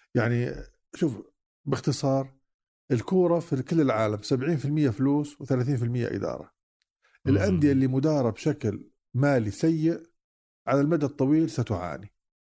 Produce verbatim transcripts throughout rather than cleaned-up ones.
يعني شوف باختصار، الكورة في كل العالم سبعين بالمئة فلوس وثلاثين بالمئة إدارة. الأندية اللي مدارة بشكل مالي سيء على المدى الطويل ستعاني.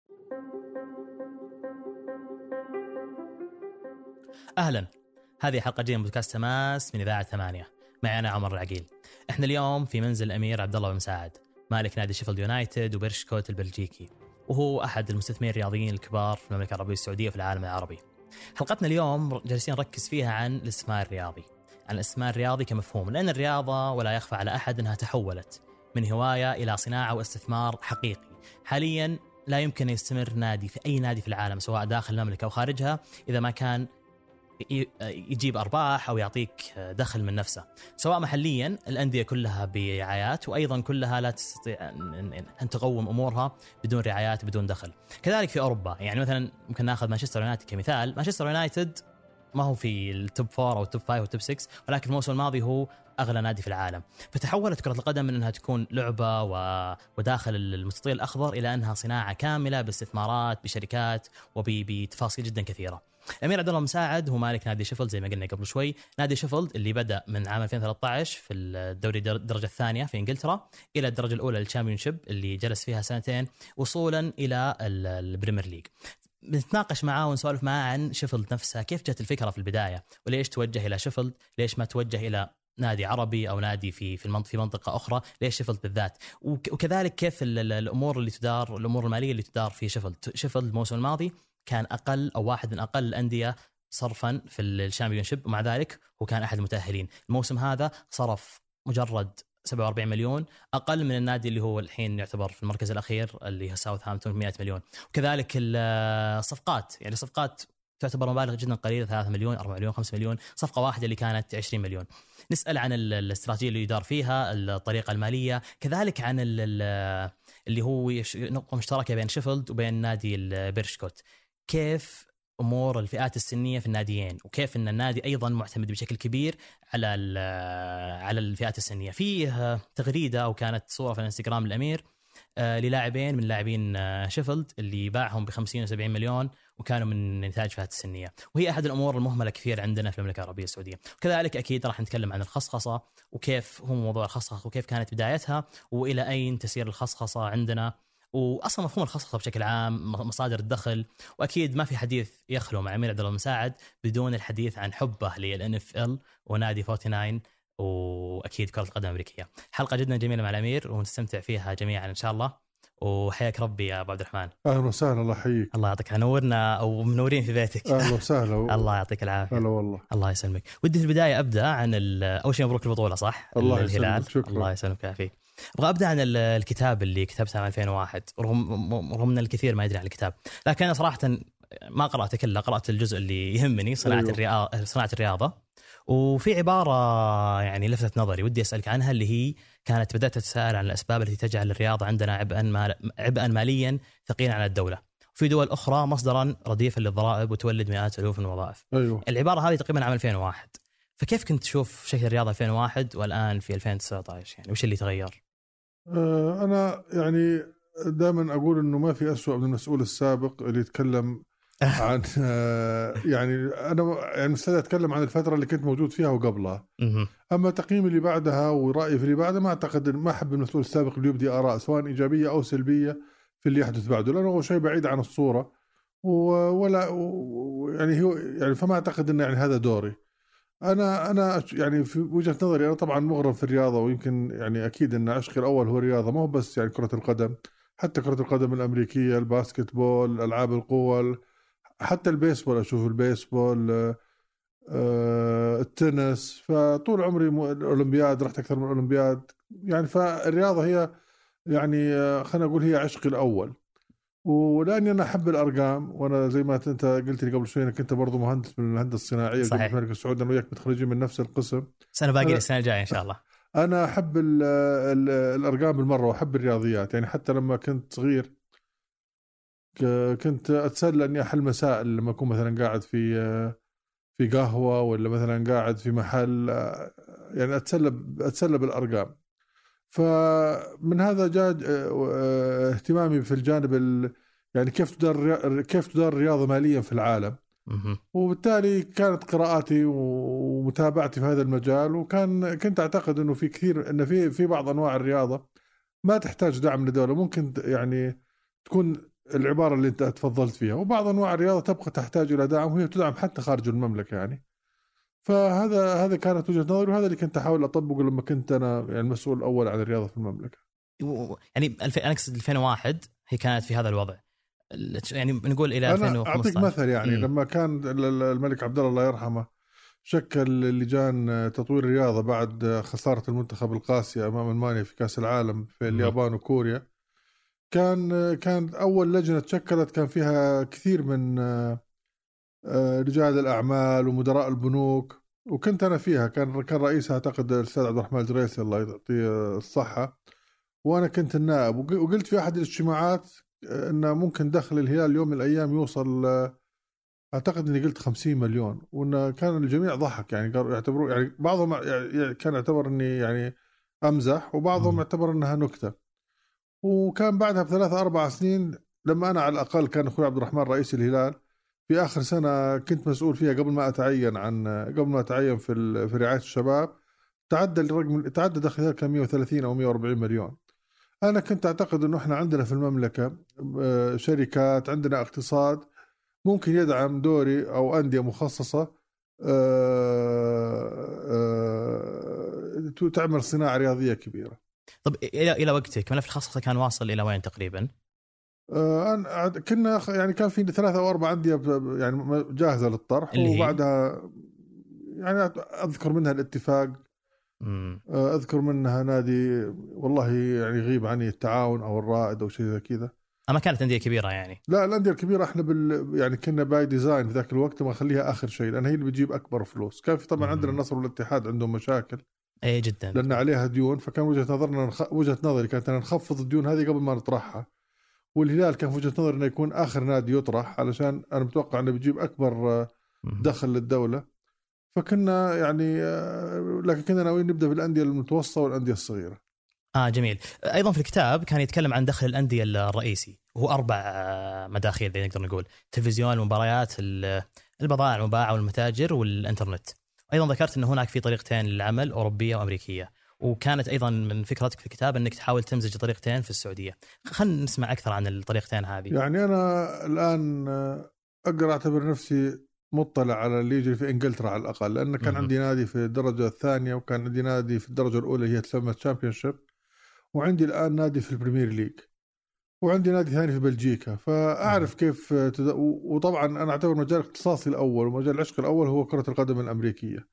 أهلا، هذه حلقة جديدة من بودكاست تماس من إذاعة ثمانية. معي أنا عمر العقيل. إحنا اليوم في منزل الأمير عبد الله بن مساعد، مالك نادي شيفيلد يونايتد وبيرشكوت البلجيكي، وهو أحد المستثمرين الرياضيين الكبار في المملكة العربية السعودية وفي العالم العربي. حلقتنا اليوم جالسين نركز فيها عن الاستثمار الرياضي، عن الاستثمار الرياضي كمفهوم، لأن الرياضة ولا يخفى على أحد أنها تحولت من هواية إلى صناعة واستثمار حقيقي. حاليا لا يمكن يستمر نادي في أي نادي في العالم سواء داخل المملكة أو خارجها إذا ما كان يجيب أرباح أو يعطيك دخل من نفسه. سواء محليا الأندية كلها برعايات، وأيضا كلها لا تستطيع أن تقوم أمورها بدون رعايات بدون دخل. كذلك في أوروبا، يعني مثلا ممكن نأخذ مانشستر يونايتد كمثال. مانشستر يونايتد ما هو في التوب فور أو التوب فايف أو التوب سكس، ولكن الموسم الماضي هو أغلى نادي في العالم. فتحولت كرة القدم من أنها تكون لعبة وداخل المستطيل الأخضر إلى أنها صناعة كاملة باستثمارات بشركات وبتفاصيل جدا كثيرة. الأمير عبد الله مساعد هو مالك نادي شيفيلد زي ما قلنا قبل شوي. نادي شيفيلد اللي بدأ من عام ألفين وثلاثة عشر في الدوري الدرجة الثانية في إنجلترا إلى الدرجة الأولى للشامبيونشيب اللي جلس فيها سنتين وصولا إلى البريمير ليج. بنتناقش معاه ونسولف معاه عن شيفيلد نفسها، كيف جت الفكرة في البداية وليش توجه إلى شيفيلد، ليش ما توجه إلى نادي عربي أو نادي في في المنطقة في منطقة أخرى، ليش شيفيلد بالذات، وكذلك كيف الأمور اللي تدار الأمور المالية اللي تدار في شيفيلد. شيفيلد الموسم الماضي كان أقل أو واحد من أقل الأندية صرفا في الشامبيونشيب، ومع ذلك هو كان أحد المتأهلين. الموسم هذا صرف مجرد سبعة وأربعين مليون، أقل من النادي اللي هو الحين يعتبر في المركز الأخير اللي هو ساوثهامبتون مئة مليون. وكذلك الصفقات، يعني صفقات تعتبر مبالغ جدا قليلة، ثلاثة مليون أربعة مليون خمسة مليون. صفقة واحدة اللي كانت عشرين مليون. نسأل عن الاستراتيجية اللي يدار فيها، الطريقة المالية، كذلك عن اللي هو نقطة مشتركة بين شيفيلد وبين نادي البيرشكوت، كيف أمور الفئات السنية في الناديين، وكيف أن النادي أيضا معتمد بشكل كبير على على الفئات السنية. فيه تغريدة أو كانت صورة في الانستغرام الأمير للاعبين من لاعبين شيفيلد اللي باعهم بخمسين وسبعين مليون وكانوا من نتاج فئات السنية، وهي أحد الأمور المهملة كثير عندنا في المملكة العربية السعودية. وكذلك أكيد راح نتكلم عن الخصخصة وكيف هو موضوع الخصخصة وكيف كانت بدايتها وإلى أين تسير الخصخصة عندنا، واصلا مفهوم الخصخصه بشكل عام، مصادر الدخل. واكيد ما في حديث يخلو مع الامير عبد الله مساعد بدون الحديث عن حبه للان اف ال ونادي تسعة وأربعين واكيد كره القدم الامريكيه. حلقه جدا جميله مع الامير ونستمتع فيها جميعا ان شاء الله. وحياك ربي يا ابو عبد الرحمن. اهلا وسهلا، الله يحييك. الله يعطيك، نورنا او منورين في بيتك. اهلا وسهلا. الله يعطيك العافيه. هلا والله. الله يسلمك. ودي في البدايه ابدا عن اول شيء مبروك البطوله، صح؟ الله الهلال. يسلمك. الله يسلمك ويعافيك. ابغى ابدا عن الكتاب اللي كتبته عام ألفين وواحد، رغم رغم ان الكثير ما يدري عن الكتاب، لكن انا صراحه ما قراته كله، قرات الجزء اللي يهمني، صناعه أيوه. الرياضه صناعه الرياضه. وفي عباره يعني لفتت نظري ودي اسالك عنها، اللي هي كانت بدات تتساءل عن الاسباب التي تجعل الرياضه عندنا عبئا مال عبئا ماليا ثقيلا على الدوله، وفي دول اخرى مصدرا رديفا للضرائب وتولد مئات الالوف من الوظائف. أيوه. العباره هذه تقريبا عام ألفين وواحد. فكيف كنت تشوف شكل الرياضه ألفين وواحد والان في ألفين وتسعة عشر؟ يعني وش اللي تغير؟ أنا يعني دائما أقول إنه ما في أسوأ من المسؤول السابق اللي يتكلم عن يعني أنا يعني مستعد أتكلم عن الفترة اللي كنت موجود فيها وقبلها. أما تقييمي اللي بعدها ورأيي في اللي بعدها ما أعتقد، ما أحب المسؤول السابق اللي يبدي آراء سواء إيجابية أو سلبية في اللي يحدث بعده، لأنه هو شيء بعيد عن الصورة ولا يعني هو يعني فما أعتقد إنه يعني هذا دوري. أنا أنا يعني في وجهة نظري أنا طبعا مغرم في الرياضة، ويمكن يعني أكيد أن عشقي الأول هو الرياضة، ما هو بس يعني كرة القدم، حتى كرة القدم الأمريكية، الباسكت بول، ألعاب القوى، حتى البيسبول، أشوف البيسبول، آه التنس. فطول عمري الأولمبياد، رحت أكثر من الأولمبياد يعني. فالرياضة هي يعني خلينا نقول هي عشقي الأول، ولاني انا احب الارقام، وانا زي ما انت قلت لي قبل شوي انك انت برضو مهندس من الهندسه الصناعيه في المملكه السعوديه، انا وياك متخرجين من نفس القسم. سنه باقي السنه الجايه ان شاء الله. انا احب ال ال الارقام بالمره، واحب الرياضيات. يعني حتى لما كنت صغير كنت اتسلى اني احل مسائل لما اكون مثلا قاعد في في قهوه ولا مثلا قاعد في محل، يعني اتسلى اتسلى بالارقام. فمن هذا جاء اهتمامي في الجانب يعني كيف تدار كيف تدار الرياضة ماليا في العالم. وبالتالي كانت قراءاتي ومتابعتي في هذا المجال، وكان كنت أعتقد أنه في كثير أن في في بعض أنواع الرياضة ما تحتاج دعم من الدولة، ممكن يعني تكون العبارة اللي أنت تفضلت فيها، وبعض أنواع الرياضة تبقى تحتاج إلى دعم وهي تدعم حتى خارج المملكة يعني. فهذا هذا كانت وجهة نظري، وهذا اللي كنت أحاول أطبقه لما كنت أنا يعني المسؤول الأول عن الرياضة في المملكة. يعني أنا أقصد ألفين وواحد هي كانت في هذا الوضع، يعني نقول إلى ألفين وخمسة عشر. أعطيك مثل يعني م. لما كان الملك عبد الله الله يرحمه شكل لجان تطوير الرياضة بعد خسارة المنتخب القاسية أمام ألمانيا في كأس العالم في م. اليابان وكوريا، كان كان أول لجنة تشكلت كان فيها كثير من رجال الأعمال ومدراء البنوك، وكنت أنا فيها. كان كان رئيسها أعتقد الأستاذ عبد الرحمن الجريسي الله يعطيه الصحة، وأنا كنت النائب. وقلت في أحد الاجتماعات إنه ممكن دخل الهلال اليوم من الأيام يوصل، أعتقد إني قلت خمسين مليون، وإنه كان الجميع ضحك يعني يعتبروا يعني بعضهم يعني كان يعتبر إني يعني أمزح، وبعضهم يعتبر إنها نكتة. وكان بعدها بثلاثة أربع سنين لما أنا على الأقل كان أخوي عبد الرحمن رئيس الهلال في آخر سنة كنت مسؤول فيها قبل ما أتعين عن قبل ما أتعين في في رعاية الشباب، تعدى الرقم تعدى دخلها كان مئة وثلاثين أو مئة وأربعين مليون. أنا كنت أعتقد إنه إحنا عندنا في المملكة شركات، عندنا اقتصاد ممكن يدعم دوري أو أندية مخصصة تعمل صناعة رياضية كبيرة. طب إلى إلى وقتك ملف الخصصة كان واصل إلى وين تقريبا؟ أه كنا يعني كان في ثلاثة أو أربعة أندية يعني جاهزة للطرح، وبعدها يعني أذكر منها الاتفاق، مم. أذكر منها نادي والله يعني غيب عني التعاون أو الرائد أو شيء زي كذا. أما كانت أندية كبيرة يعني؟ لا الأندية الكبيرة إحنا بال يعني كنا باي ديزاين في ذاك الوقت ما خليها آخر شيء، لأن هي اللي بتجيب أكبر فلوس. كان في طبعا مم. عندنا النصر والاتحاد عندهم مشاكل أي جدا لأن عليها ديون، فكان وجهة نظرنا نخ... وجهة نظري كانت أن نخفض الديون هذه قبل ما نطرحها. والهلال كان في وجهة نظر إنه يكون آخر نادي يطرح علشان أنا متوقع إنه بيجيب أكبر دخل للدولة. فكنا يعني لكن كنا ناويين نبدأ بالأندية المتوسطة والأندية الصغيرة. آه جميل. أيضا في الكتاب كان يتكلم عن دخل الأندية الرئيسي، وهو أربع مداخيل زي نقدر نقول: تلفزيون، المباريات، البضائع المباعة والمتاجر والإنترنت. أيضا ذكرت أن هناك في طريقتين للعمل، أوروبية وأمريكية، وكانت أيضا من فكرتك في الكتاب أنك تحاول تمزج طريقتين في السعودية. خلينا نسمع أكثر عن الطريقتين هذه. يعني أنا الآن أقدر أعتبر نفسي مطلع على اللي يجري في إنجلترا على الأقل، لأن كان عندي نادي في الدرجة الثانية، وكان عندي نادي في الدرجة الأولى هي تسمى تشامبيونشيب، وعندي الآن نادي في البريمير ليج، وعندي نادي ثاني في بلجيكا. فأعرف كيف تد... وطبعا أنا أعتبر مجال اختصاصي الأول ومجال العشق الأول هو كرة القدم الأمريكية.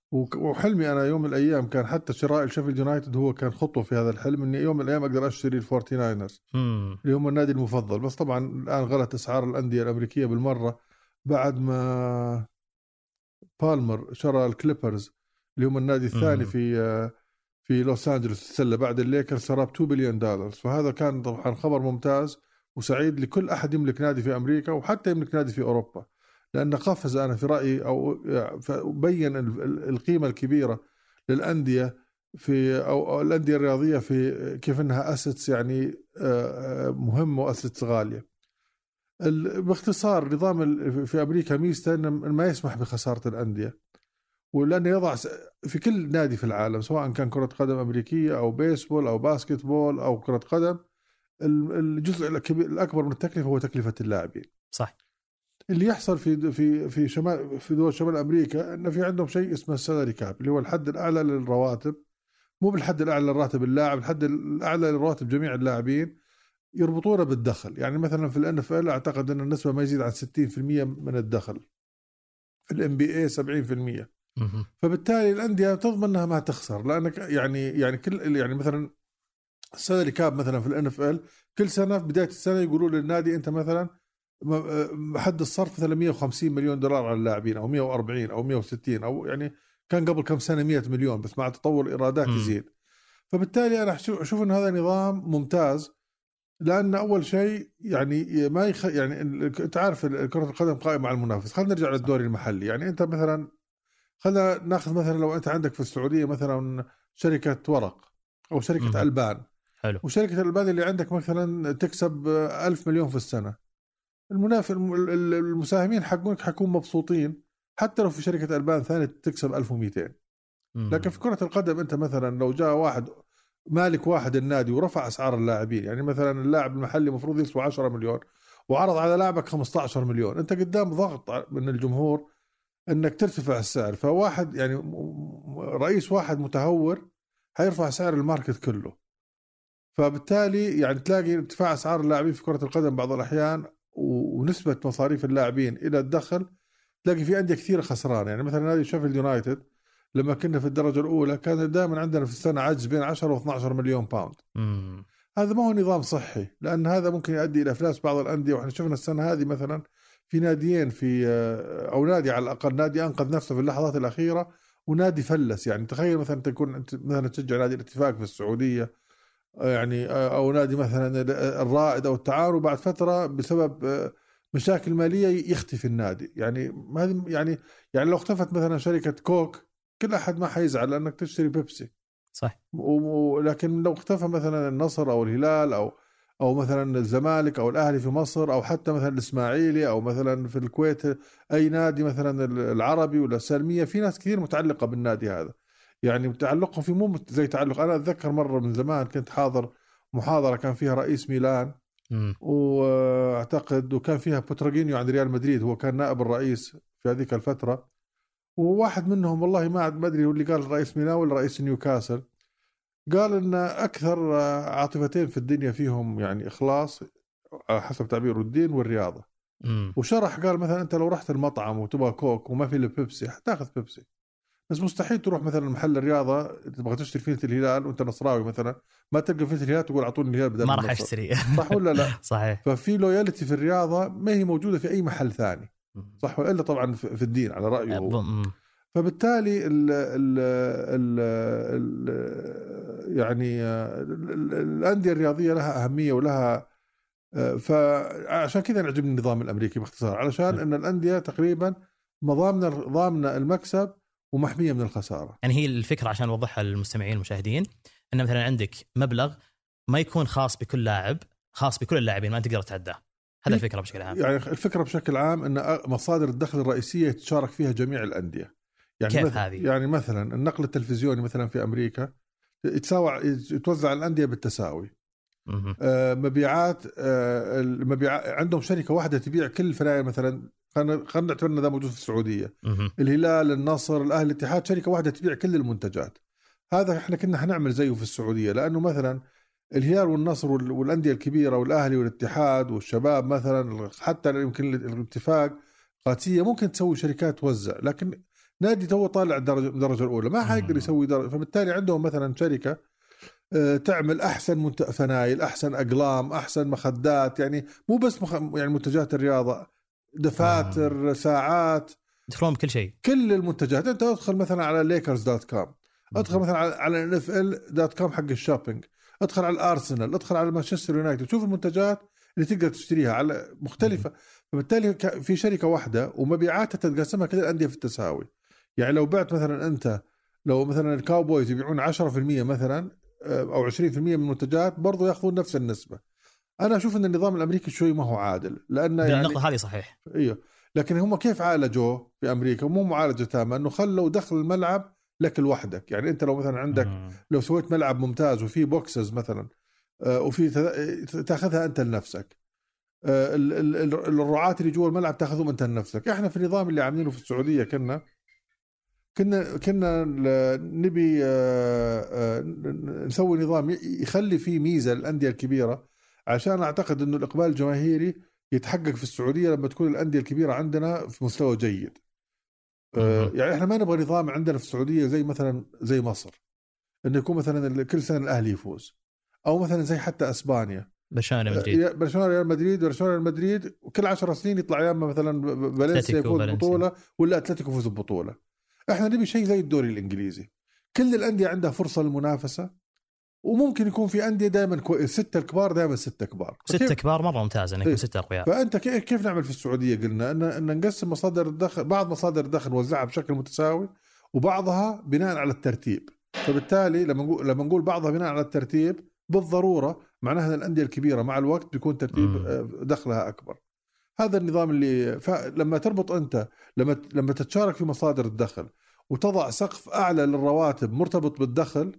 وحلمي أنا يوم من الأيام كان حتى شراء الشيفيلد يونايتد هو كان خطوة في هذا الحلم، إني يوم من الأيام أقدر أشتري الفورتي ناينرز اللي هم النادي المفضل. بس طبعا الآن غلت أسعار الأندية الأمريكية بالمرة بعد ما بالمر شرى الكليبرز اللي هم النادي الثاني مم. في في لوس أنجلوس السلة بعد الليكرز، شرى ب اثنين بليون دولار. فهذا كان طبعا خبر ممتاز وسعيد لكل أحد يملك نادي في أمريكا وحتى يملك نادي في أوروبا، لأن قفز أنا في رأيي أو بين القيمة الكبيرة للأندية في أو الأندية الرياضية في كيف أنها أسيتس يعني مهمة وأسيتس غالية. باختصار نظام في أمريكا ميزته أنه ما يسمح بخسارة الأندية، ولأنه يضع في كل نادي في العالم سواء كان كرة قدم أمريكية أو بيسبول أو باسكتبول أو كرة قدم، الجزء الأكبر من التكلفة هو تكلفة اللاعبين. صح. اللي يحصل في في في شمال في دول شمال أمريكا أن في عندهم شيء اسمه السالري كاب اللي هو الحد الأعلى للرواتب، مو بالحد الأعلى للراتب اللاعب، الحد الأعلى للرواتب جميع اللاعبين يربطونه بالدخل. يعني مثلا في الان اف ال اعتقد ان النسبه ما يزيد عن ستين بالمئة من الدخل، في الام بي اي سبعين بالمئة. فبالتالي الانديه تضمن انها ما تخسر، لانك يعني يعني كل يعني مثلا السالري كاب مثلا في الان اف ال كل سنه في بدايه السنه يقولوا للنادي انت مثلا حد الصرف مثلا مئة وخمسين مليون دولار على اللاعبين او مئة وأربعين او مئة وستين، او يعني كان قبل كم سنه مئة مليون، بس مع تطور الايرادات يزيد. فبالتالي انا اشوف ان هذا نظام ممتاز، لأن أول شيء يعني ما يخ... يعني أنت عارف كرة القدم قائمة على المنافس. خلينا نرجع للدوري المحلي. يعني أنت مثلا خلينا ناخذ مثلا لو أنت عندك في السعودية مثلا شركة ورق أو شركة م- ألبان. حلو. وشركة الألبان اللي عندك مثلا تكسب ألف مليون في السنة، المنافس المساهمين حقونك حيكون مبسوطين حتى لو في شركة ألبان ثانية تكسب ألف ومئتين. لكن في كرة القدم أنت مثلا لو جاء واحد مالك واحد النادي ورفع أسعار اللاعبين، يعني مثلا اللاعب المحلي مفروض يسوى عشرة مليون وعرض على لاعبك خمسة عشر مليون، أنت قدام ضغط من الجمهور أنك ترتفع السعر. فواحد يعني رئيس واحد متهور هيرفع سعر الماركت كله، فبالتالي يعني تلاقي ارتفاع أسعار اللاعبين في كرة القدم بعض الأحيان ونسبة مصاريف اللاعبين إلى الدخل تلاقي في أندية كثير خسران. يعني مثلا نادي شيفيلد يونايتد لما كنا في الدرجة الأولى كان دائما عندنا في السنة عجز بين عشرة و اثنا عشر مليون باوند. مم. هذا ما هو نظام صحي، لأن هذا ممكن يؤدي إلى إفلاس بعض الأندية. وإحنا شفنا السنة هذه مثلا في ناديين في أو نادي على الأقل نادي أنقذ نفسه في اللحظات الأخيرة ونادي فلس. يعني تخيل مثلا تكون أنت مثلا تشجع نادي الاتفاق في السعودية يعني أو نادي مثلا الرائد أو التعاون، وبعد فترة بسبب مشاكل مالية يختفي النادي. يعني هذه يعني يعني لو اختفت مثلا شركة كوك كل أحد ما حيزعل لأنك تشتري بيبسي صح. ولكن لو اختفى مثلا النصر أو الهلال أو أو مثلا الزمالك أو الأهلي في مصر أو حتى مثلا الإسماعيلي أو مثلا في الكويت أي نادي مثلا العربي ولا السلمية، في ناس كثير متعلقة بالنادي هذا. يعني تعلقهم في مو زي تعلق. أنا أتذكر مرة من زمان كنت حاضر محاضرة كان فيها رئيس ميلان م. واعتقد وكان فيها بوتروجينيو عن ريال مدريد، هو كان نائب الرئيس في هذيك الفترة. وواحد منهم والله ما ما أدري هو اللي قال رئيس ميلان ولا رئيس نيوكاسل، قال إن أكثر عاطفتين في الدنيا فيهم يعني إخلاص حسب تعبيره الدين والرياضة. م. وشرح قال مثلا أنت لو رحت المطعم وتبغى كوك وما في له بيبسي حتاخذ بيبسي، بس مستحيل تروح مثلا محل الرياضة تبغى تشتري فينة الهلال وانت نصراوي مثلا ما تلقى فينة الهلال تقول اعطوني الهلال بدل ما راح اشتري. صح ولا لا؟ صحيح. ففي لويالتي في الرياضة ما هي موجودة في اي محل ثاني، صح ولا؟ الا طبعا في الدين على رأيه هو. فبالتالي ال ال ال ال يعني الأندية الرياضية لها أهمية ولها، فعشان كذا نعجبني النظام الأمريكي باختصار، علشان أن الأندية تقريبا مضامنة ضامنة المكسب ومحمية من الخسارة. يعني هي الفكرة عشان نوضحها للمستمعين والمشاهدين أن مثلا عندك مبلغ ما يكون خاص بكل لاعب، خاص بكل اللاعبين ما تقدر تعداه. هذا الفكرة بشكل عام. يعني الفكرة بشكل عام أن مصادر الدخل الرئيسية تشارك فيها جميع الأندية. يعني كيف مثل هذه؟ يعني مثلا النقل التلفزيوني مثلا في أمريكا يتساوى يتوزع الأندية بالتساوي. آه مبيعات آه المبيعات عندهم شركة واحدة تبيع كل الفنادق مثلا، خلينا خلينا نعتبر ان ده موجود في السعوديه. مه. الهلال النصر الاهلي الاتحاد شركه واحده تبيع كل المنتجات. هذا احنا كنا هنعمل زيه في السعوديه، لانه مثلا الهلال والنصر والانديه الكبيره والاهلي والاتحاد والشباب مثلا حتى يمكن الاتفاق قادسيه ممكن تسوي شركات توزع، لكن نادي تو طالع الدرجه الدرجه الاولى ما حيقدر يسوي درجة. فبالتالي عندهم مثلا شركه تعمل احسن فنايل احسن اقلام احسن مخدات، يعني مو بس مخ... يعني منتجات الرياضه، دفاتر آه. ساعات، يدخلون بكل شيء كل المنتجات. انت ادخل مثلا على ليكرز دوت كوم، ادخل مثلا على ان اف ال دوت كوم حق الشوبينج، ادخل على الارسنال، ادخل على مانشستر يونايتد، شوف المنتجات اللي تقدر تشتريها على مختلفه. فبالتالي في شركه واحده ومبيعاتها تتقسمها كل الانديه في التساوي. يعني لو بعت مثلا انت لو مثلا الكاوبويز يبيعون عشرة بالمئة مثلا او عشرين بالمئة من المنتجات برضو ياخذون نفس النسبه. انا اشوف ان النظام الامريكي شوي ما هو عادل، لانه يعني بالنقطه هذه صحيح. ايوه، لكن هم كيف عالجوه في امريكا؟ مو معالجه تامه، انه خلوا دخل الملعب لك لوحدك. يعني انت لو مثلا عندك مم. لو سويت ملعب ممتاز وفي بوكسز مثلا وفي تاخذها انت لنفسك، الرعاة اللي جوا الملعب تاخذهم انت لنفسك. احنا في النظام اللي عاملينه في السعوديه كنا كنا كنا نبي نسوي نظام يخلي فيه ميزه للانديه الكبيره، عشان اعتقد انه الاقبال الجماهيري يتحقق في السعوديه لما تكون الانديه الكبيره عندنا في مستوى جيد. مم. يعني احنا ما نبغى نظام عندنا في السعوديه زي مثلا زي مصر انه يكون مثلا كل سنه الاهلي يفوز، او مثلا زي حتى اسبانيا برشلونه مدريد برشلونه ريال مدريد برشلونه ريال مدريد وكل عشر سنين يطلع يا اما مثلا فالنسيا يفوز ببطوله ولا اتلتيكو يفوز ببطوله. احنا نبي شيء زي الدوري الانجليزي، كل الانديه عندها فرصه للمنافسه، وممكن يكون في انديه دائما كو... ستة الكبار دائما ستة كبار ستة كبار مره ممتازه انك إيه؟ ستة اقوياء. فانت كيف كيف نعمل في السعوديه؟ قلنا ان ان نقسم مصادر الدخل، بعض مصادر الدخل نوزعها بشكل متساوي وبعضها بناء على الترتيب. فبالتالي لما نقول لما نقول بعضها بناء على الترتيب بالضروره معناها ان الانديه الكبيره مع الوقت بيكون ترتيب م. دخلها اكبر. هذا النظام اللي لما تربط أنت لما لما تتشارك في مصادر الدخل وتضع سقف أعلى للرواتب مرتبط بالدخل.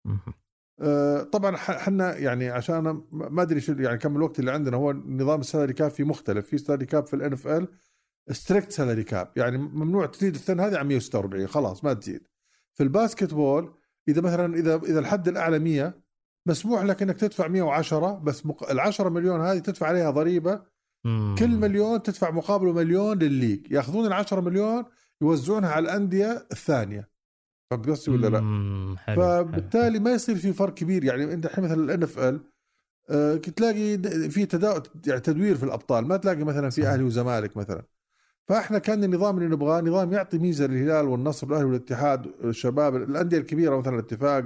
آه طبعا حنا يعني عشان أنا ما أدري شو يعني كم الوقت اللي عندنا، هو نظام السالري كاب في مختلف. في سالري كاب في الان اف ال ستريكت سالري كاب، يعني ممنوع تزيد السنة هذه عن مية وستة وأربعين، خلاص ما تزيد. في الباسكت بول إذا مثلا إذا إذا الحد الأعلى مية، مسموح لك إنك تدفع مية وعشرة، بس مق... العشرة مليون هذه تدفع عليها ضريبة. مم. كل مليون تدفع مقابله مليون للليج، ياخذون العشرة مليون يوزعونها على الأندية الثانية. فهمت قصدي ولا لا؟ حلو. فبالتالي حلو. ما يصير في فرق كبير. يعني أنت الحين مثلا الان اف ال آه تلاقي في تدا... يعني تدوير في الأبطال، ما تلاقي مثلا في أهلي وزمالك مثلا. فاحنا كان النظام اللي نبغاه نظام يعطي ميزه للهلال والنصر والاهلي والاتحاد الشباب الانديه الكبيره مثلا الاتفاق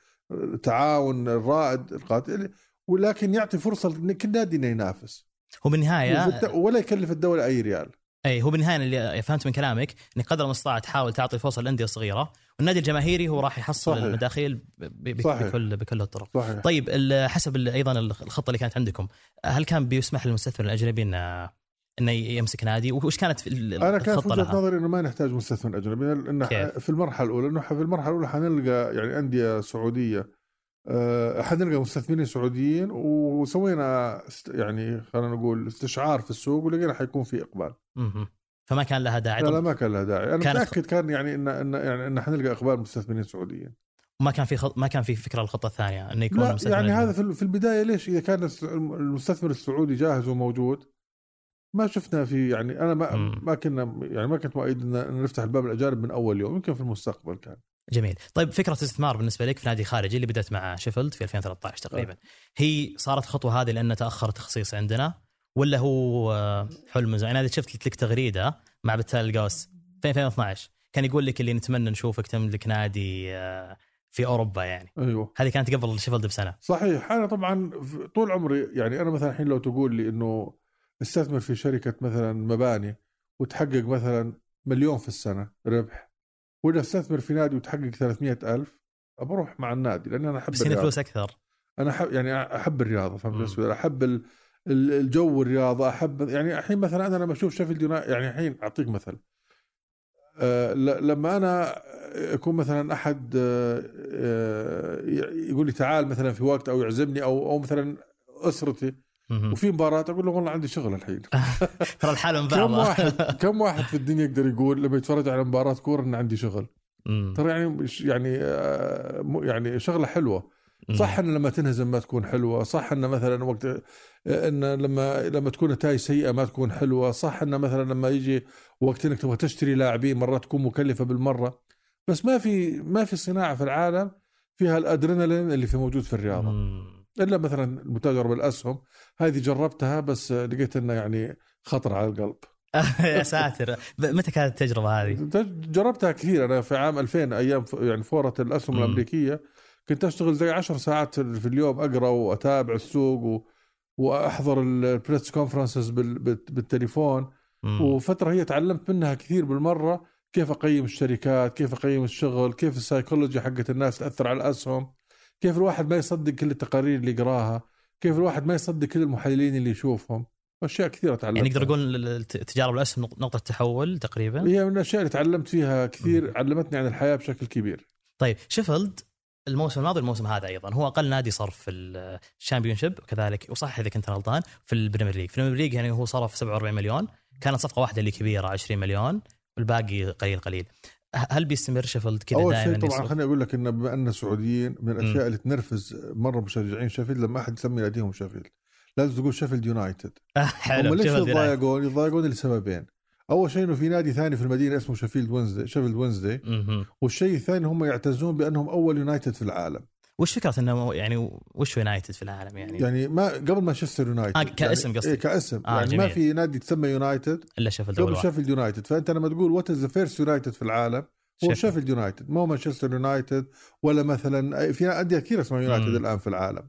التعاون الرائد القاتل، ولكن يعطي فرصه لكل نادي انه ينافس. هو بالنهايه ولا يكلف الدوله اي ريال. اي هو بالنهايه اللي فهمت من كلامك ان قدر المستطاع تحاول تعطي فرصه للانديه الصغيره، والنادي الجماهيري هو راح يحصل صحيح. المداخيل بكل بكل الطرق. صحيح. طيب حسب ايضا الخطه اللي كانت عندكم، هل كان بيسمح للمستثمر الاجنبي انه انه يمسك نادي؟ وش كانت انا كان في وجهه نظري انه ما نحتاج مستثمر اجنبي، انه في المرحله الاولى انه في المرحله الاولى حنلقى يعني انديه سعوديه، أه حنلقى مستثمرين سعوديين، وسوينا يعني خلينا نقول استشعار في السوق ولقينا حيكون في اقبال. امم فما كان لها داعي. لا, لا ما كان لها داعي. انا متاكد كان يعني ان ان يعني ان حنلقى اقبال مستثمرين سعوديين. ما كان في خط... ما كان في فكره الخطه الثانيه انه يكون لا يعني هذا في البدايه. ليش اذا كان المستثمر السعودي جاهز وموجود ما شفنا في يعني أنا ما مم. ما كنا يعني ما كنت مؤيد أن نفتح الباب الأجانب من أول يوم، يمكن في المستقبل كان. جميل. طيب فكرة الاستثمار بالنسبة لك في نادي خارجي اللي بدأت مع شيفيلد في ألفين وثلاثة عشر تقريبا، أه. هي صارت خطوة هذه لأن تأخر تخصيص عندنا، ولا هو حلم زين؟ أنا شفت لك تغريدة مع بتال القوس في ألفين واثني عشر كان يقول لك اللي نتمنى نشوفك تملك نادي في أوروبا يعني. أيوه. هذه كانت قبل شيفيلد بسنة. صحيح. أنا طبعا طول عمري يعني أنا مثلا الحين لو تقول لي إنه استثمر في شركة مثلا مباني وتحقق مثلا مليون في السنة ربح، ولا استثمر في نادي وتحقق ثلاثمية ألف، بروح مع النادي لأن أنا أحب الرياضة. فلوس أكثر. أنا أحب يعني أحب الرياضة. فهمت؟ أحب الجو الرياضة. أحب يعني الحين مثلا أنا لما أشوف شيفيلد يونايتد يعني الحين أعطيك مثل أه لما أنا يكون مثلا أحد أه يقول لي تعال مثلا في وقت أو يعزمني أو أو مثلا أسرتي وفي مباراة أقول له والله عندي شغل الحين. ترى الحالة من كم واحد كم واحد في الدنيا يقدر يقول لما يتفرج على مباراة كورة إن عندي شغل؟ ترى يعني يعني يعني شغلة حلوة. صح إن لما تنهزم ما تكون حلوة، صح إن مثلا وقت إن لما لما تكون نتائج سيئة ما تكون حلوة، صح إن مثلا لما يجي وقت إنك تبغى تشتري لاعبين مرات تكون مكلفة بالمرة، بس ما في ما في صناعة في العالم فيها الأدرينالين اللي في موجود في الرياضة. مم. إلا مثلا المتاجرة بالأسهم هذه جربتها بس لقيت إنه يعني خطر على القلب. يا ساتر. متى كانت التجربة هذه؟ جربتها كثير. أنا في عام ألفين أيام يعني فورة الأسهم م. الأمريكية كنت أشتغل زي عشر ساعات في اليوم أقرأ وأتابع السوق و... وأحضر البريس كونفرنسز بال... بالتليفون. م. وفترة هي تعلمت منها كثير بالمرة، كيف أقيم الشركات، كيف أقيم الشغل، كيف السايكولوجي حقت الناس تأثر على الأسهم، كيف الواحد ما يصدق كل التقارير اللي يقراها، كيف الواحد ما يصدق كل المحللين اللي يشوفهم. أشياء كثيرة تعلمت. يعني نقدر نقول تجارب الأسهم نقطة تحول تقريبا. هي من الأشياء اللي تعلمت فيها كثير. م. علمتني عن الحياة بشكل كبير. طيب شيفيلد الموسم الماضي الموسم هذا أيضا هو أقل نادي صرف في الشامبيونشيب وكذلك، وصح إذا كنت غلطان في البريمير ليج. في البريمير ليج يعني هو صرف سبعة وأربعين مليون، كانت صفقة واحدة اللي كبيرة عشرين مليون والباقي قليل قليل. هل بيستمر شيفيلد كذا دائما؟ أول شيء طبعا خليني أقول لك إن بما أن سعوديين من الأشياء م. اللي تنرفز مرة مشجعين شيفيلد لما أحد يسمي ناديهم شيفيلد لازم تقول شيفيلد يونايتد. هم ليش يضايقون؟ يضايقون لسببين. أول شيء إنه في نادي ثاني في المدينة اسمه شيفيلد وينزداي، شيفيلد وينزداي. والشيء الثاني هم يعتزون بأنهم أول يونايتد في العالم. وش فكرة إنه يعني وش يونايتد في العالم يعني؟ يعني ما قبل مانشستر يونايتد. آه كاسم يعني قصدي. إيه كاسم. آه يعني جميل. ما في نادي تسمى يونايتد إلا شيفيلد قبل شيفيلد يونايتد. فأنت لما تقول وات إز ذا فيرست يونايتد في العالم هو شيفيلد يونايتد، مو مانشستر يونايتد ولا مثلا في أندية كثيرة اسمها يونايتد م. الآن في العالم.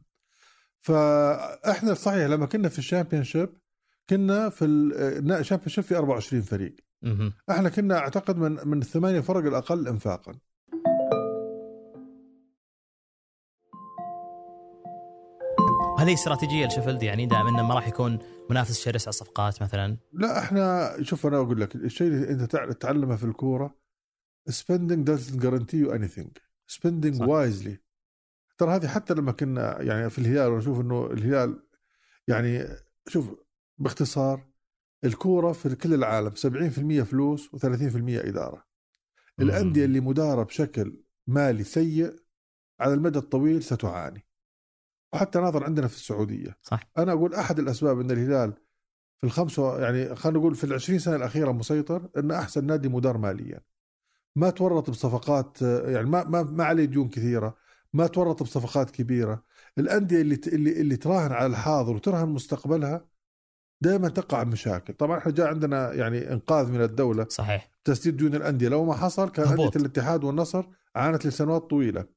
فإحنا صحيح لما كنا في الشامبيونشيب كنا في الشامبيونشيب في أربعة وعشرين فريق. م. إحنا كنا أعتقد من من الثمانية فرق الأقل إنفاقا. هل هذه استراتيجيه لشيفيلد يعني دائما انه ما راح يكون منافس شرس على الصفقات مثلا. لا احنا شوف انا اقول لك الشيء اللي انت تتعلمه في الكوره spending doesn't guarantee you anything spending صح. wisely. ترى هذه حتى لما كنا يعني في الهلال ونشوف انه الهلال يعني شوف باختصار الكوره في كل العالم سبعين بالمئة فلوس وثلاثين بالمئة اداره. الانديه اللي مداره بشكل مالي سيء على المدى الطويل ستعاني، وحتى ناظر عندنا في السعوديه. صح. انا اقول احد الاسباب ان الهلال في الخمسة يعني خلينا نقول في العشرين سنه الاخيره مسيطر ان احسن نادي مدار ماليا، ما تورط بصفقات يعني ما ما ما عليه ديون كثيره، ما تورط بصفقات كبيره. الانديه اللي اللي اللي تراهن على الحاضر وترهن مستقبلها دائما تقع مشاكل. طبعا احنا جاء عندنا يعني انقاذ من الدوله صحيح تسديد ديون الانديه، لو ما حصل كان انديه الاتحاد والنصر عانت لسنوات طويله.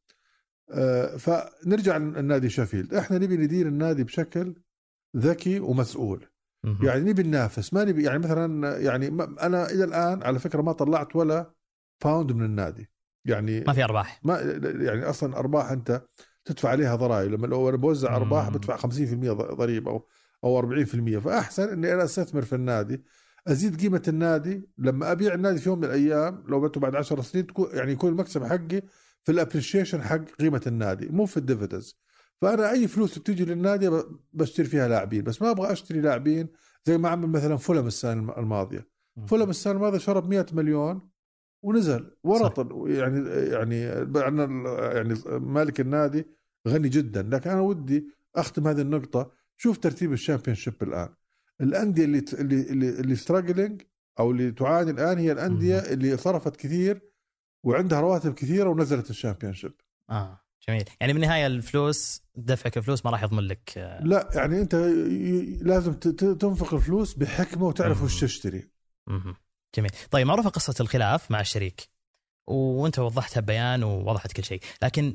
آه فنرجع للنادي شيفيلد، احنا نبي ندير النادي بشكل ذكي ومسؤول. م- يعني نبي ننافس، ما نبي يعني مثلا يعني انا الى الان على فكره ما طلعت ولا باوند من النادي، يعني ما في ارباح، ما يعني اصلا ارباح انت تدفع عليها ضرائب. لما لو انا بوزع ارباح بدفع خمسين بالمئة ضريبه او او أربعين بالمئة. فاحسن اني انا استثمر في النادي، ازيد قيمه النادي. لما ابيع النادي في يوم من الايام لو بده بعد عشر سنين تكون يعني يكون المكسب حقي في الابريشيشن حق قيمه النادي مو في الديفيدنز. فانا اي فلوس بتيجي للنادي بشتري فيها لاعبين، بس ما ابغى اشتري لاعبين زي ما عمل مثلا فولم السنه الماضيه. فولم السنه الماضيه شرب مئة مليون ونزل ورط. يعني يعني يعني مالك النادي غني جدا. لكن انا ودي اختم هذه النقطه. شوف ترتيب الشامبيونشيب الان، الانديه اللي اللي اللي, اللي ستراجلينج او اللي تعاني الان هي الانديه اللي صرفت كثير وعندها رواتب كثيره ونزلت الشامبيونشيب. اه جميل. يعني بالنهايه الفلوس دفعك الفلوس ما راح يضمن لك. لا يعني انت لازم تنفق الفلوس بحكمه وتعرف وش تشتري. امم جميل. طيب معروفه قصه الخلاف مع الشريك وانت وضحتها ببيان ووضحت كل شيء، لكن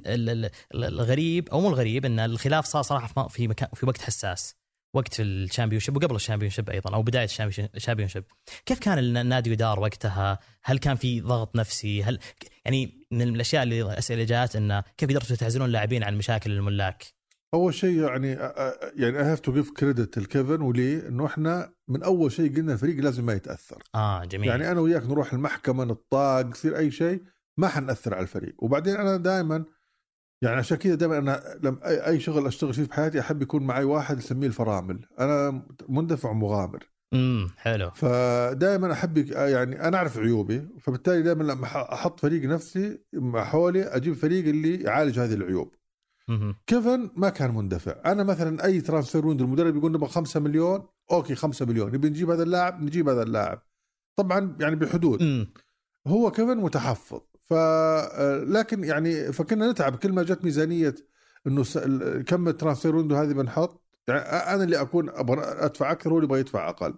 الغريب او مو الغريب ان الخلاف صار صراحه في مكان في وقت حساس، وقت الشامبيونشيب وقبل الشامبيونشيب ايضا او بدايه الشامبيونشيب. كيف كان النادي يدار وقتها؟ هل كان في ضغط نفسي؟ هل يعني من الاشياء اللي الاسئله جات انه كيف قدرتوا تعزلون اللاعبين عن مشاكل الملاك؟ اول شيء يعني يعني I have to give credit لكيفن ولي انه احنا من اول شيء قلنا الفريق لازم ما يتاثر. اه جميل. يعني انا وياك نروح المحكمه نطاق يصير اي شيء ما حنأثر على الفريق. وبعدين انا دائما يعني عشان كذا دائما انا لما اي شغل اشتغل فيه في حياتي احب يكون معي واحد يسميه الفرامل. انا مندفع ومغامر. امم حلو. فدائما احب يعني انا اعرف عيوبي، فبالتالي دائما لما احط فريق نفسي حولي اجيب فريق اللي يعالج هذه العيوب. كيفن ما كان مندفع. انا مثلا اي ترانسفير ويندو المدرب يقول نبغى خمسة مليون، اوكي خمسة مليون نبي نجيب هذا اللاعب نجيب هذا اللاعب، طبعا يعني بحدود. م. هو كيفن متحفظ. ف لكن يعني فكنا نتعب كل ما جت ميزانيه انه كم الترانسفير ويندو هذه بنحط، يعني انا اللي اكون ابغى ادفع اكثر هو اللي يبغى يدفع اقل.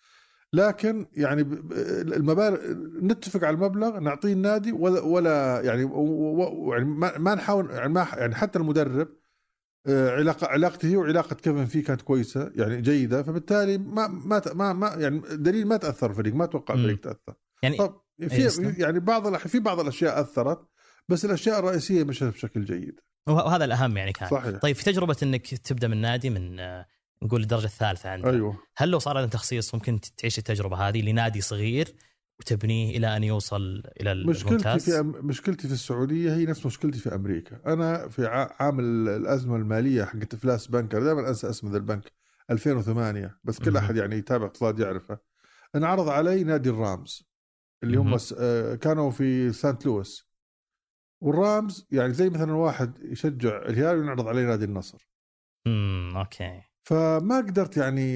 لكن يعني المبالغ نتفق على المبلغ نعطيه النادي ولا ولا يعني يعني ما نحاول يعني ما يعني حتى المدرب علاقه علاقتي هي وعلاقه كيفن فيه كانت كويسه يعني جيده. فبالتالي ما ما ما يعني دليل ما تاثر الفريق، ما توقع الفريق تاثر يعني. طب في يعني بعض في بعض الاشياء اثرت، بس الاشياء الرئيسيه مشت بشكل جيد وهذا الاهم يعني كان. صحيح. طيب في تجربه انك تبدا من نادي من نقول الدرجه الثالثه عندنا، أيوة. هل لو صار لنا تخصيص ممكن تعيش التجربه هذه لنادي صغير وتبنيه الى ان يوصل الى الممتاز؟ مشكلتي في مشكلتي في السعوديه هي نفس مشكلتي في امريكا. انا في عام الازمه الماليه حقت فلاس بانكر، دائما انسى اسم ذا البنك، ألفين وثمانية، بس كل احد يعني يتابع اقتصاد يعرفه. انعرض علي نادي الرامز اللي هم كانوا في سانت لويس، والرامز يعني زي مثلا واحد يشجع الهلال وينعرض عليه نادي النصر. امم اوكي. فما قدرت يعني